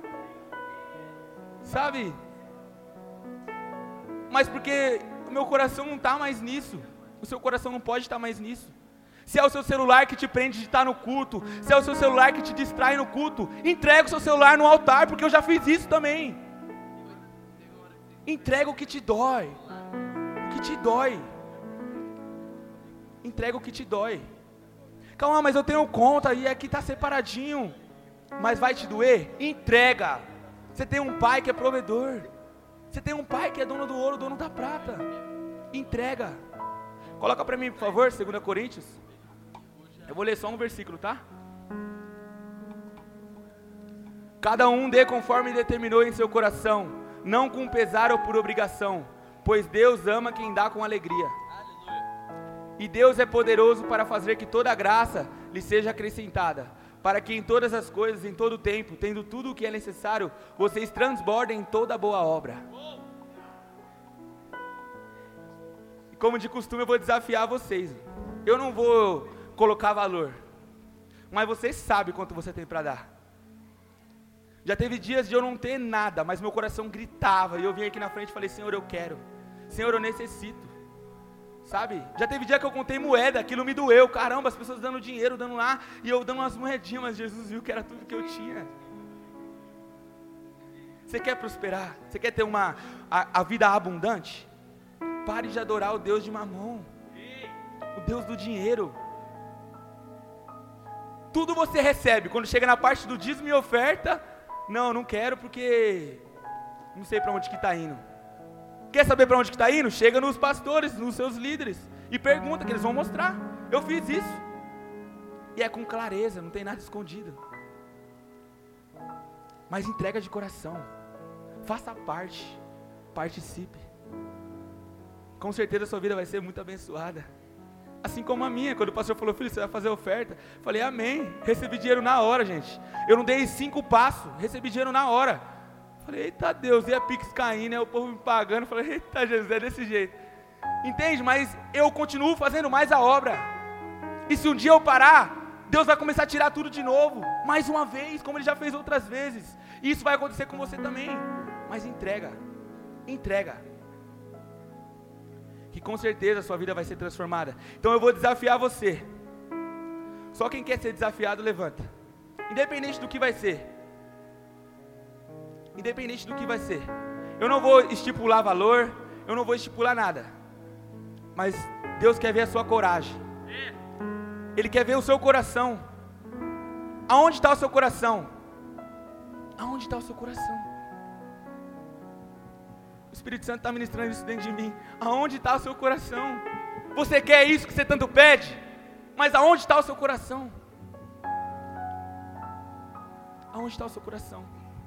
Sabe? Mas porque o meu coração não está mais nisso. O seu coração não pode estar mais nisso. Se é o seu celular que te prende de estar no culto, se é o seu celular que te distrai no culto, entrega o seu celular no altar, porque eu já fiz isso também. Entrega o que te dói. O que te dói. Entrega o que te dói. Calma, mas eu tenho conta e aqui está separadinho. Mas vai te doer? Entrega. Você tem um pai que é provedor. Você tem um pai que é dono do ouro, dono da prata. Entrega. Coloca para mim, por favor, 2 Coríntios. Eu vou ler só um versículo, tá? Cada um dê conforme determinou em seu coração, não com pesar ou por obrigação, pois Deus ama quem dá com alegria. E Deus é poderoso para fazer que toda a graça lhe seja acrescentada, para que em todas as coisas, em todo o tempo, tendo tudo o que é necessário, vocês transbordem em toda boa obra. E como de costume eu vou desafiar vocês. Eu não vou colocar valor, mas vocês sabem quanto você tem para dar. Já teve dias de eu não ter nada, mas meu coração gritava, e eu vim aqui na frente e falei, Senhor, eu quero. Senhor, eu necessito. Sabe? Já teve dia que eu contei moeda, aquilo me doeu, caramba, as pessoas dando dinheiro, dando lá, e eu dando umas moedinhas, mas Jesus viu que era tudo que eu tinha. Você quer prosperar? Você quer ter a vida abundante? Pare de adorar o Deus de Mamon, o Deus do dinheiro. Tudo você recebe, quando chega na parte do dízimo e oferta, não quero porque não sei para onde que está indo. Quer saber para onde que está indo? Chega nos pastores, nos seus líderes e pergunta, que eles vão mostrar. Eu fiz isso. E é com clareza, não tem nada escondido. Mas entrega de coração. Faça parte. Participe. Com certeza a sua vida vai ser muito abençoada. Assim como a minha, quando o pastor falou, filho, você vai fazer oferta. Falei, amém. Recebi dinheiro na hora, gente. Eu não dei 5 passos, recebi dinheiro na hora. Falei, eita Deus, e a Pix caindo, o povo me pagando. Falei, eita Jesus, é desse jeito. Entende? Mas eu continuo fazendo mais a obra. E se um dia eu parar, Deus vai começar a tirar tudo de novo. Mais uma vez, como Ele já fez outras vezes. E isso vai acontecer com você também. Mas entrega. Que com certeza a sua vida vai ser transformada. Então eu vou desafiar você. Só quem quer ser desafiado, levanta. Independente do que vai ser. Independente do que vai ser. Eu não vou estipular valor, eu não vou estipular nada. Mas Deus quer ver a sua coragem. Ele quer ver o seu coração. Aonde está o seu coração? Aonde está o seu coração? O Espírito Santo está ministrando isso dentro de mim. Aonde está o seu coração? Você quer isso que você tanto pede? Mas aonde está o seu coração? Aonde está o seu coração?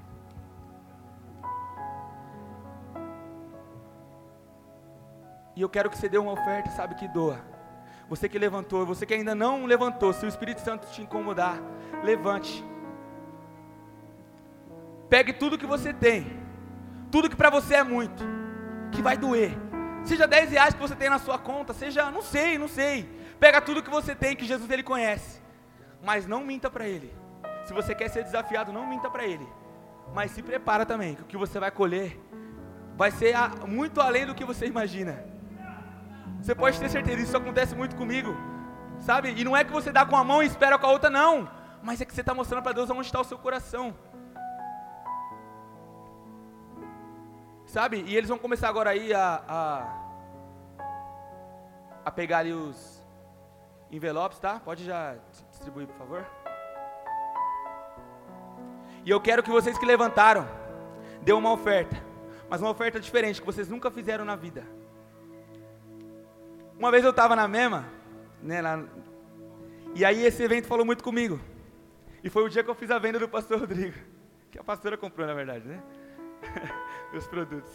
E eu quero que você dê uma oferta, sabe, que doa. Você que levantou, você que ainda não levantou, se o Espírito Santo te incomodar, levante. Pegue tudo que você tem, tudo que para você é muito, que vai doer. Seja R$10 que você tem na sua conta, seja, não sei. Pega tudo que você tem, que Jesus Ele conhece. Mas não minta para Ele. Se você quer ser desafiado, não minta para Ele. Mas se prepara também, que o que você vai colher vai ser muito além do que você imagina. Você pode ter certeza, isso acontece muito comigo, sabe? E não é que você dá com a mão e espera com a outra, não. Mas é que você está mostrando para Deus onde está o seu coração. Sabe? E eles vão começar agora aí a pegar ali os envelopes, tá? Pode já distribuir, por favor. E eu quero que vocês que levantaram, dê uma oferta. Mas uma oferta diferente, que vocês nunca fizeram na vida. Uma vez eu estava na MEMA, né, e aí esse evento falou muito comigo. E foi o dia que eu fiz a venda do pastor Rodrigo. Que a pastora comprou, na verdade, né? Meus produtos.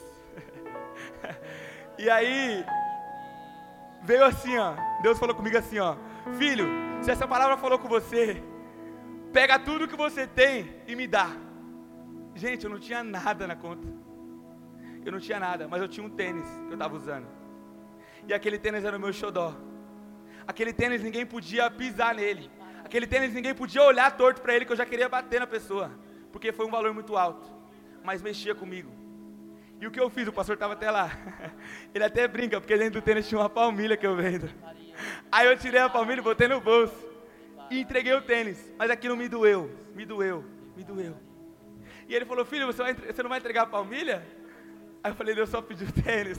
E aí, veio assim, ó. Deus falou comigo assim, ó. Filho, se essa palavra falou com você, pega tudo que você tem e me dá. Gente, eu não tinha nada na conta. Eu não tinha nada, mas eu tinha um tênis que eu estava usando. E aquele tênis era o meu xodó. Aquele tênis ninguém podia pisar nele. Aquele tênis ninguém podia olhar torto para ele, que eu já queria bater na pessoa. Porque foi um valor muito alto. Mas mexia comigo. E o que eu fiz? O pastor estava até lá. Ele até brinca, porque dentro do tênis tinha uma palmilha que eu vendo. Aí eu tirei a palmilha e botei no bolso. E entreguei o tênis. Mas aquilo me doeu. Me doeu. Me doeu. E ele falou, filho, você não vai entregar a palmilha? Aí eu falei, Deus só pediu tênis.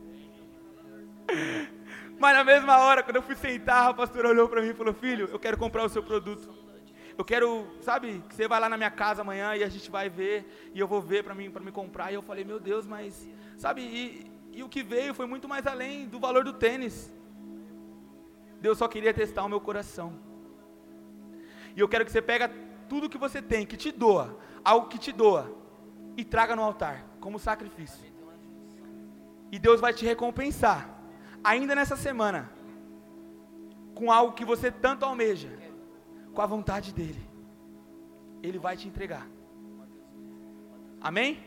Mas na mesma hora, quando eu fui sentar, a pastora olhou para mim e falou, filho, eu quero comprar o seu produto. Eu quero, sabe, que você vai lá na minha casa amanhã e a gente vai ver, e eu vou ver para me comprar. E eu falei, meu Deus, mas, sabe, e o que veio foi muito mais além do valor do tênis. Deus só queria testar o meu coração. E eu quero que você pega tudo que você tem, que te doa, algo que te doa, e traga no altar, como sacrifício. E Deus vai te recompensar, ainda nessa semana, com algo que você tanto almeja, com a vontade dEle. Ele vai te entregar. Amém?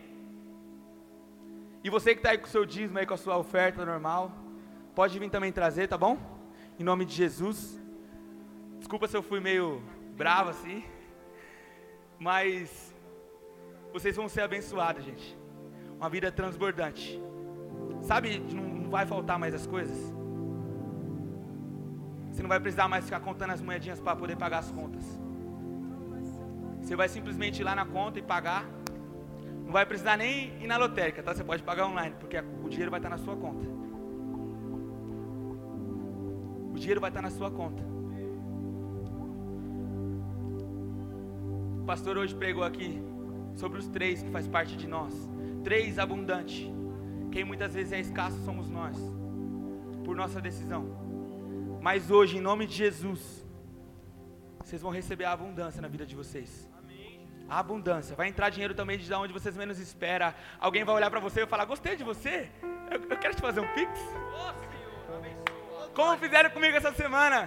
E você que está aí com o seu dízimo, aí com a sua oferta normal, pode vir também trazer, tá bom? Em nome de Jesus. Desculpa se eu fui meio bravo assim, mas vocês vão ser abençoados, gente. Uma vida transbordante. Sabe, não vai faltar mais as coisas. Você não vai precisar mais ficar contando as moedinhas para poder pagar as contas. Você vai simplesmente ir lá na conta e pagar. Não vai precisar nem ir na lotérica, tá? Você pode pagar online, porque o dinheiro vai estar na sua conta. O dinheiro vai estar na sua conta. O pastor hoje pregou aqui sobre os 3 que faz parte de nós. 3 abundante. Quem muitas vezes é escasso somos nós, por nossa decisão. Mas hoje, em nome de Jesus, vocês vão receber a abundância na vida de vocês. A abundância. Vai entrar dinheiro também de onde vocês menos esperam. Alguém vai olhar para você e falar, gostei de você, eu quero te fazer um pix. Como fizeram comigo essa semana.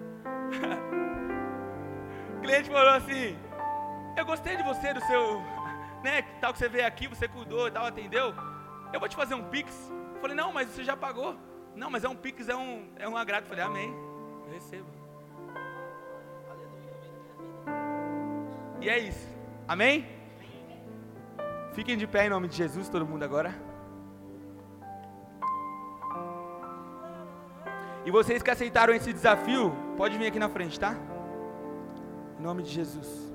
O cliente falou assim, eu gostei de você, do seu, né, tal que você veio aqui, você cuidou e tal, atendeu. Eu vou te fazer um pix. Eu falei, não, mas você já pagou. Não, mas é um pix, é um agrado. Eu falei, amém, eu recebo. E é isso, amém? Fiquem de pé em nome de Jesus, todo mundo agora. E vocês que aceitaram esse desafio, pode vir aqui na frente, tá? Em nome de Jesus.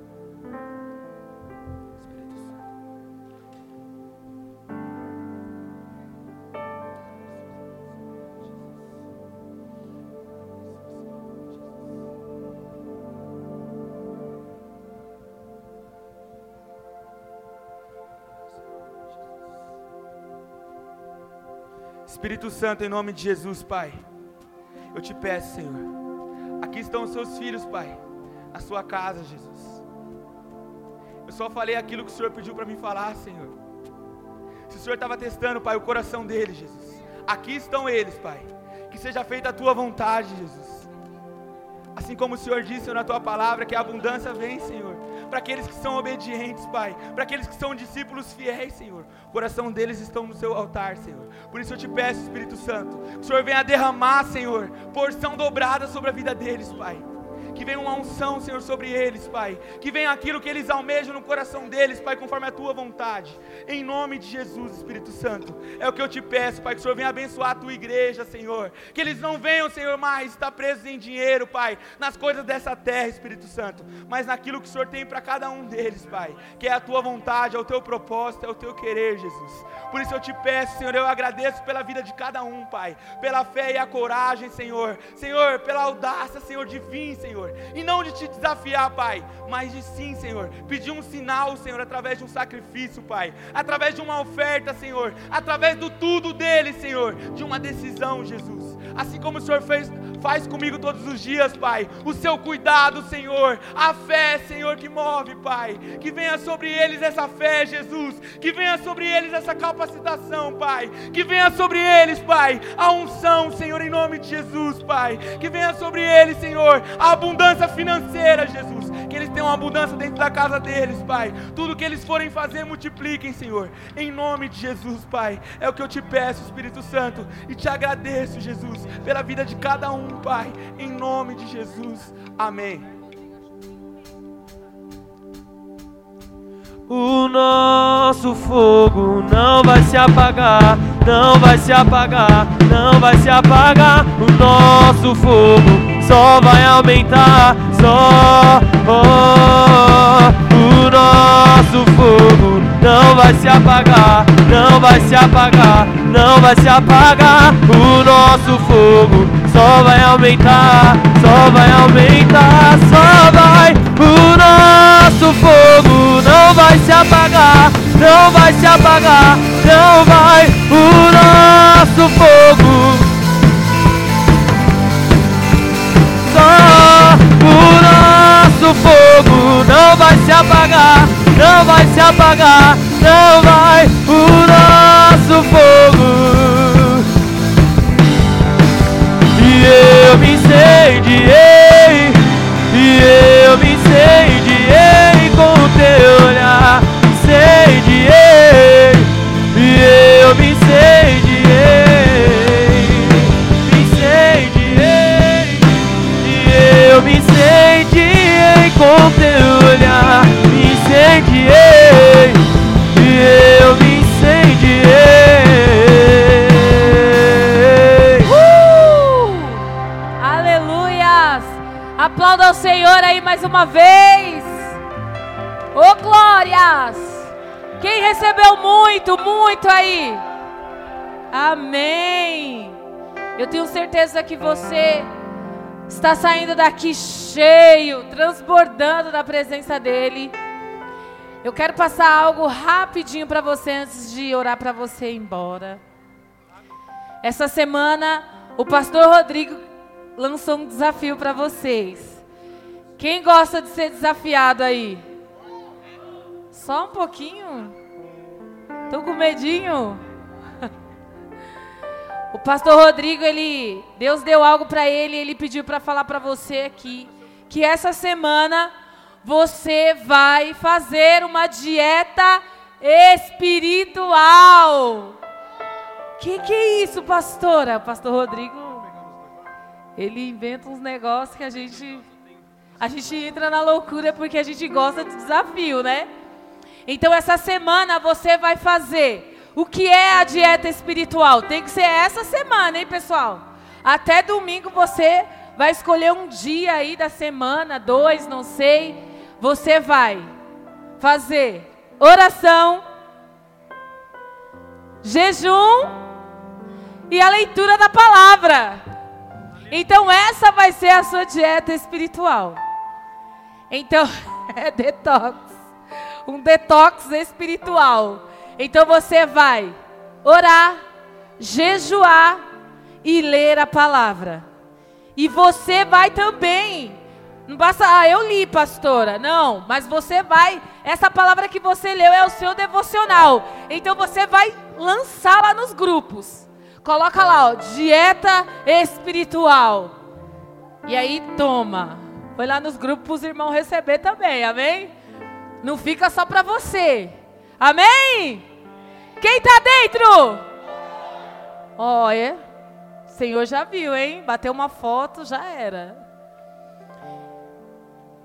Espírito Santo, em nome de Jesus, Pai, eu te peço, Senhor, aqui estão os seus filhos, Pai, na sua casa, Jesus. Eu só falei aquilo que o Senhor pediu para mim falar, Senhor. Se o Senhor estava testando, Pai, o coração deles, Jesus, aqui estão eles, Pai, que seja feita a tua vontade, Jesus. Assim como o Senhor disse na tua palavra, que a abundância vem, Senhor, para aqueles que são obedientes, Pai, para aqueles que são discípulos fiéis, Senhor. O coração deles estão no seu altar, Senhor. Por isso eu te peço, Espírito Santo, que o Senhor venha derramar, Senhor, porção dobrada sobre a vida deles, Pai. Que venha uma unção, Senhor, sobre eles, Pai. Que venha aquilo que eles almejam no coração deles, Pai, conforme a Tua vontade. Em nome de Jesus, Espírito Santo. É o que eu te peço, Pai, que o Senhor venha abençoar a Tua igreja, Senhor. Que eles não venham, Senhor, mais estar presos em dinheiro, Pai, nas coisas dessa terra, Espírito Santo, mas naquilo que o Senhor tem para cada um deles, Pai. Que é a Tua vontade, é o Teu propósito, é o Teu querer, Jesus. Por isso eu te peço, Senhor, eu agradeço pela vida de cada um, Pai. Pela fé e a coragem, Senhor. Senhor, pela audácia, Senhor, de vir, Senhor. E não de te desafiar, Pai, mas de sim, Senhor, pedir um sinal, Senhor, através de um sacrifício, Pai. Através de uma oferta, Senhor. Através do tudo deles, Senhor. De uma decisão, Jesus. Assim como o Senhor faz comigo todos os dias, Pai. O seu cuidado, Senhor. A fé, Senhor, que move, Pai. Que venha sobre eles essa fé, Jesus. Que venha sobre eles essa capacitação, Pai. Que venha sobre eles, Pai, a unção, Senhor, em nome de Jesus, Pai. Que venha sobre eles, Senhor, a abundância financeira, Jesus. Que eles tenham abundância dentro da casa deles, Pai. Tudo que eles forem fazer, multipliquem, Senhor. Em nome de Jesus, Pai. É o que eu te peço, Espírito Santo. E te agradeço, Jesus, pela vida de cada um, Pai. Em nome de Jesus. Amém. O nosso fogo não vai se apagar, não vai se apagar, não vai se apagar. O nosso fogo só vai aumentar, só. O nosso fogo não vai se apagar, não vai se apagar, não vai se apagar. O nosso fogo só vai aumentar, só vai aumentar, só vai. O nosso fogo não vai se apagar, não vai se apagar, não vai. O nosso fogo só. O nosso fogo não vai se apagar, não vai se apagar, não vai. O nosso fogo. E eu me incendiei, e eu me incendiei com o teu olhar. Incendiei, e eu me incendiei, me incendiei, e eu me incendiei com o teu olhar. Me incendiei, e eu me incendiei. Aplauda ao Senhor aí mais uma vez. Oh, glórias! Quem recebeu muito, muito aí? Amém! Eu tenho certeza que você está saindo daqui cheio, transbordando da presença dEle. Eu quero passar algo rapidinho para você antes de orar para você ir embora. Essa semana, o pastor Rodrigo lançou um desafio para vocês. Quem gosta de ser desafiado aí? Só um pouquinho? Tô com medinho? O pastor Rodrigo, Deus deu algo para ele pediu para falar para você aqui, que essa semana você vai fazer uma dieta espiritual. Que é isso, pastora? O pastor Rodrigo, ele inventa uns negócios que a gente entra na loucura porque a gente gosta de desafio, né? Então essa semana você vai fazer o que é a dieta espiritual. Tem que ser essa semana, hein, pessoal? Até domingo você vai escolher um dia aí da semana, 2, não sei. Você vai fazer oração, jejum e a leitura da palavra. Então essa vai ser a sua dieta espiritual. Então é detox, um detox espiritual. Então você vai orar, jejuar e ler a palavra. E você vai também, não basta, eu li, pastora, não, mas você vai, essa palavra que você leu é o seu devocional. Então você vai lançar lá nos grupos. Coloca lá, ó, dieta espiritual. E aí toma. Foi lá nos grupos para os irmãos receber também, amém? Não fica só para você. Amém? Quem está dentro? Olha, o Senhor já viu, hein? Bateu uma foto, já era.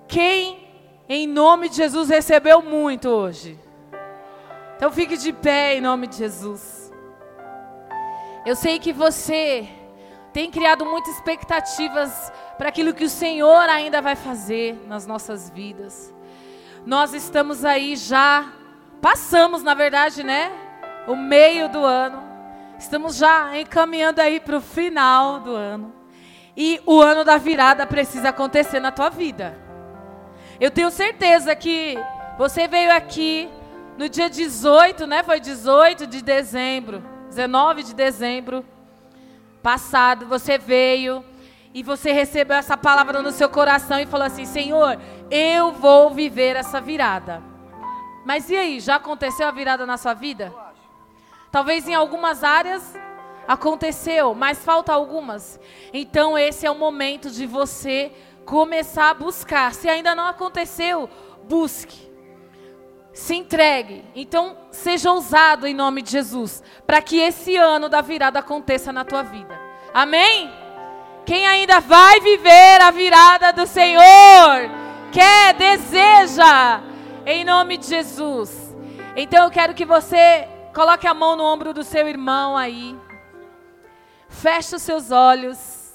Quem, em nome de Jesus, recebeu muito hoje? Então fique de pé em nome de Jesus. Eu sei que você tem criado muitas expectativas para aquilo que o Senhor ainda vai fazer nas nossas vidas. Nós estamos aí já, passamos na verdade, né? O meio do ano. Estamos já encaminhando aí para o final do ano. E o ano da virada precisa acontecer na tua vida. Eu tenho certeza que você veio aqui no dia 18, né? Foi 18 de dezembro, 19 de dezembro passado. Você veio e você recebeu essa palavra no seu coração e falou assim: Senhor, eu vou viver essa virada. Mas e aí, já aconteceu a virada na sua vida? Talvez em algumas áreas aconteceu, mas falta algumas. Então esse é o momento de você começar a buscar. Se ainda não aconteceu, busque. Se entregue. Então seja ousado em nome de Jesus, para que esse ano da virada aconteça na tua vida. Amém? Quem ainda vai viver a virada do Senhor, quer, deseja, em nome de Jesus. Então eu quero que você coloque a mão no ombro do seu irmão aí. Feche os seus olhos.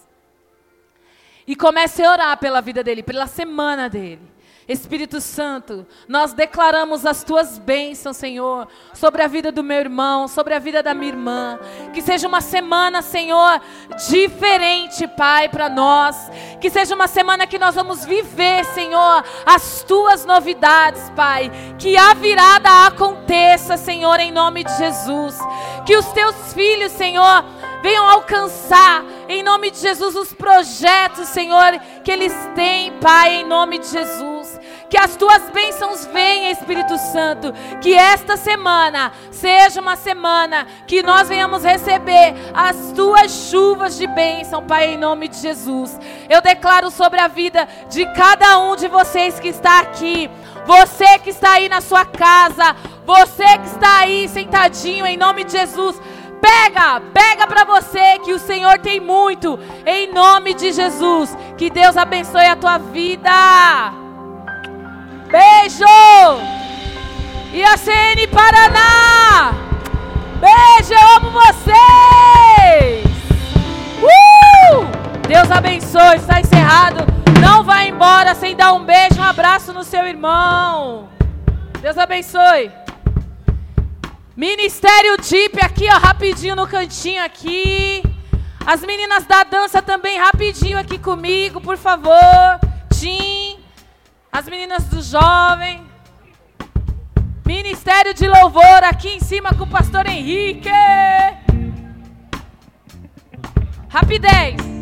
E comece a orar pela vida dele, pela semana dele. Espírito Santo, nós declaramos as tuas bênçãos, Senhor, sobre a vida do meu irmão, sobre a vida da minha irmã. Que seja uma semana, Senhor, diferente, Pai, para nós. Que seja uma semana que nós vamos viver, Senhor, as tuas novidades, Pai. Que a virada aconteça, Senhor, em nome de Jesus. Que os teus filhos, Senhor, venham alcançar, em nome de Jesus, os projetos, Senhor, que eles têm, Pai, em nome de Jesus. Que as tuas bênçãos venham, Espírito Santo. Que esta semana seja uma semana que nós venhamos receber as tuas chuvas de bênção, Pai, em nome de Jesus. Eu declaro sobre a vida de cada um de vocês que está aqui. Você que está aí na sua casa, você que está aí sentadinho, em nome de Jesus. Pega para você, que o Senhor tem muito, em nome de Jesus. Que Deus abençoe a tua vida. Beijo! IACN Paraná! Beijo, eu amo vocês! Deus abençoe, está encerrado. Não vai embora sem dar um beijo, um abraço no seu irmão. Deus abençoe. Ministério Deep aqui, ó, rapidinho no cantinho aqui. As meninas da dança também rapidinho aqui comigo, por favor. Tim. As meninas do jovem. Ministério de Louvor aqui em cima com o pastor Henrique. Rapidez.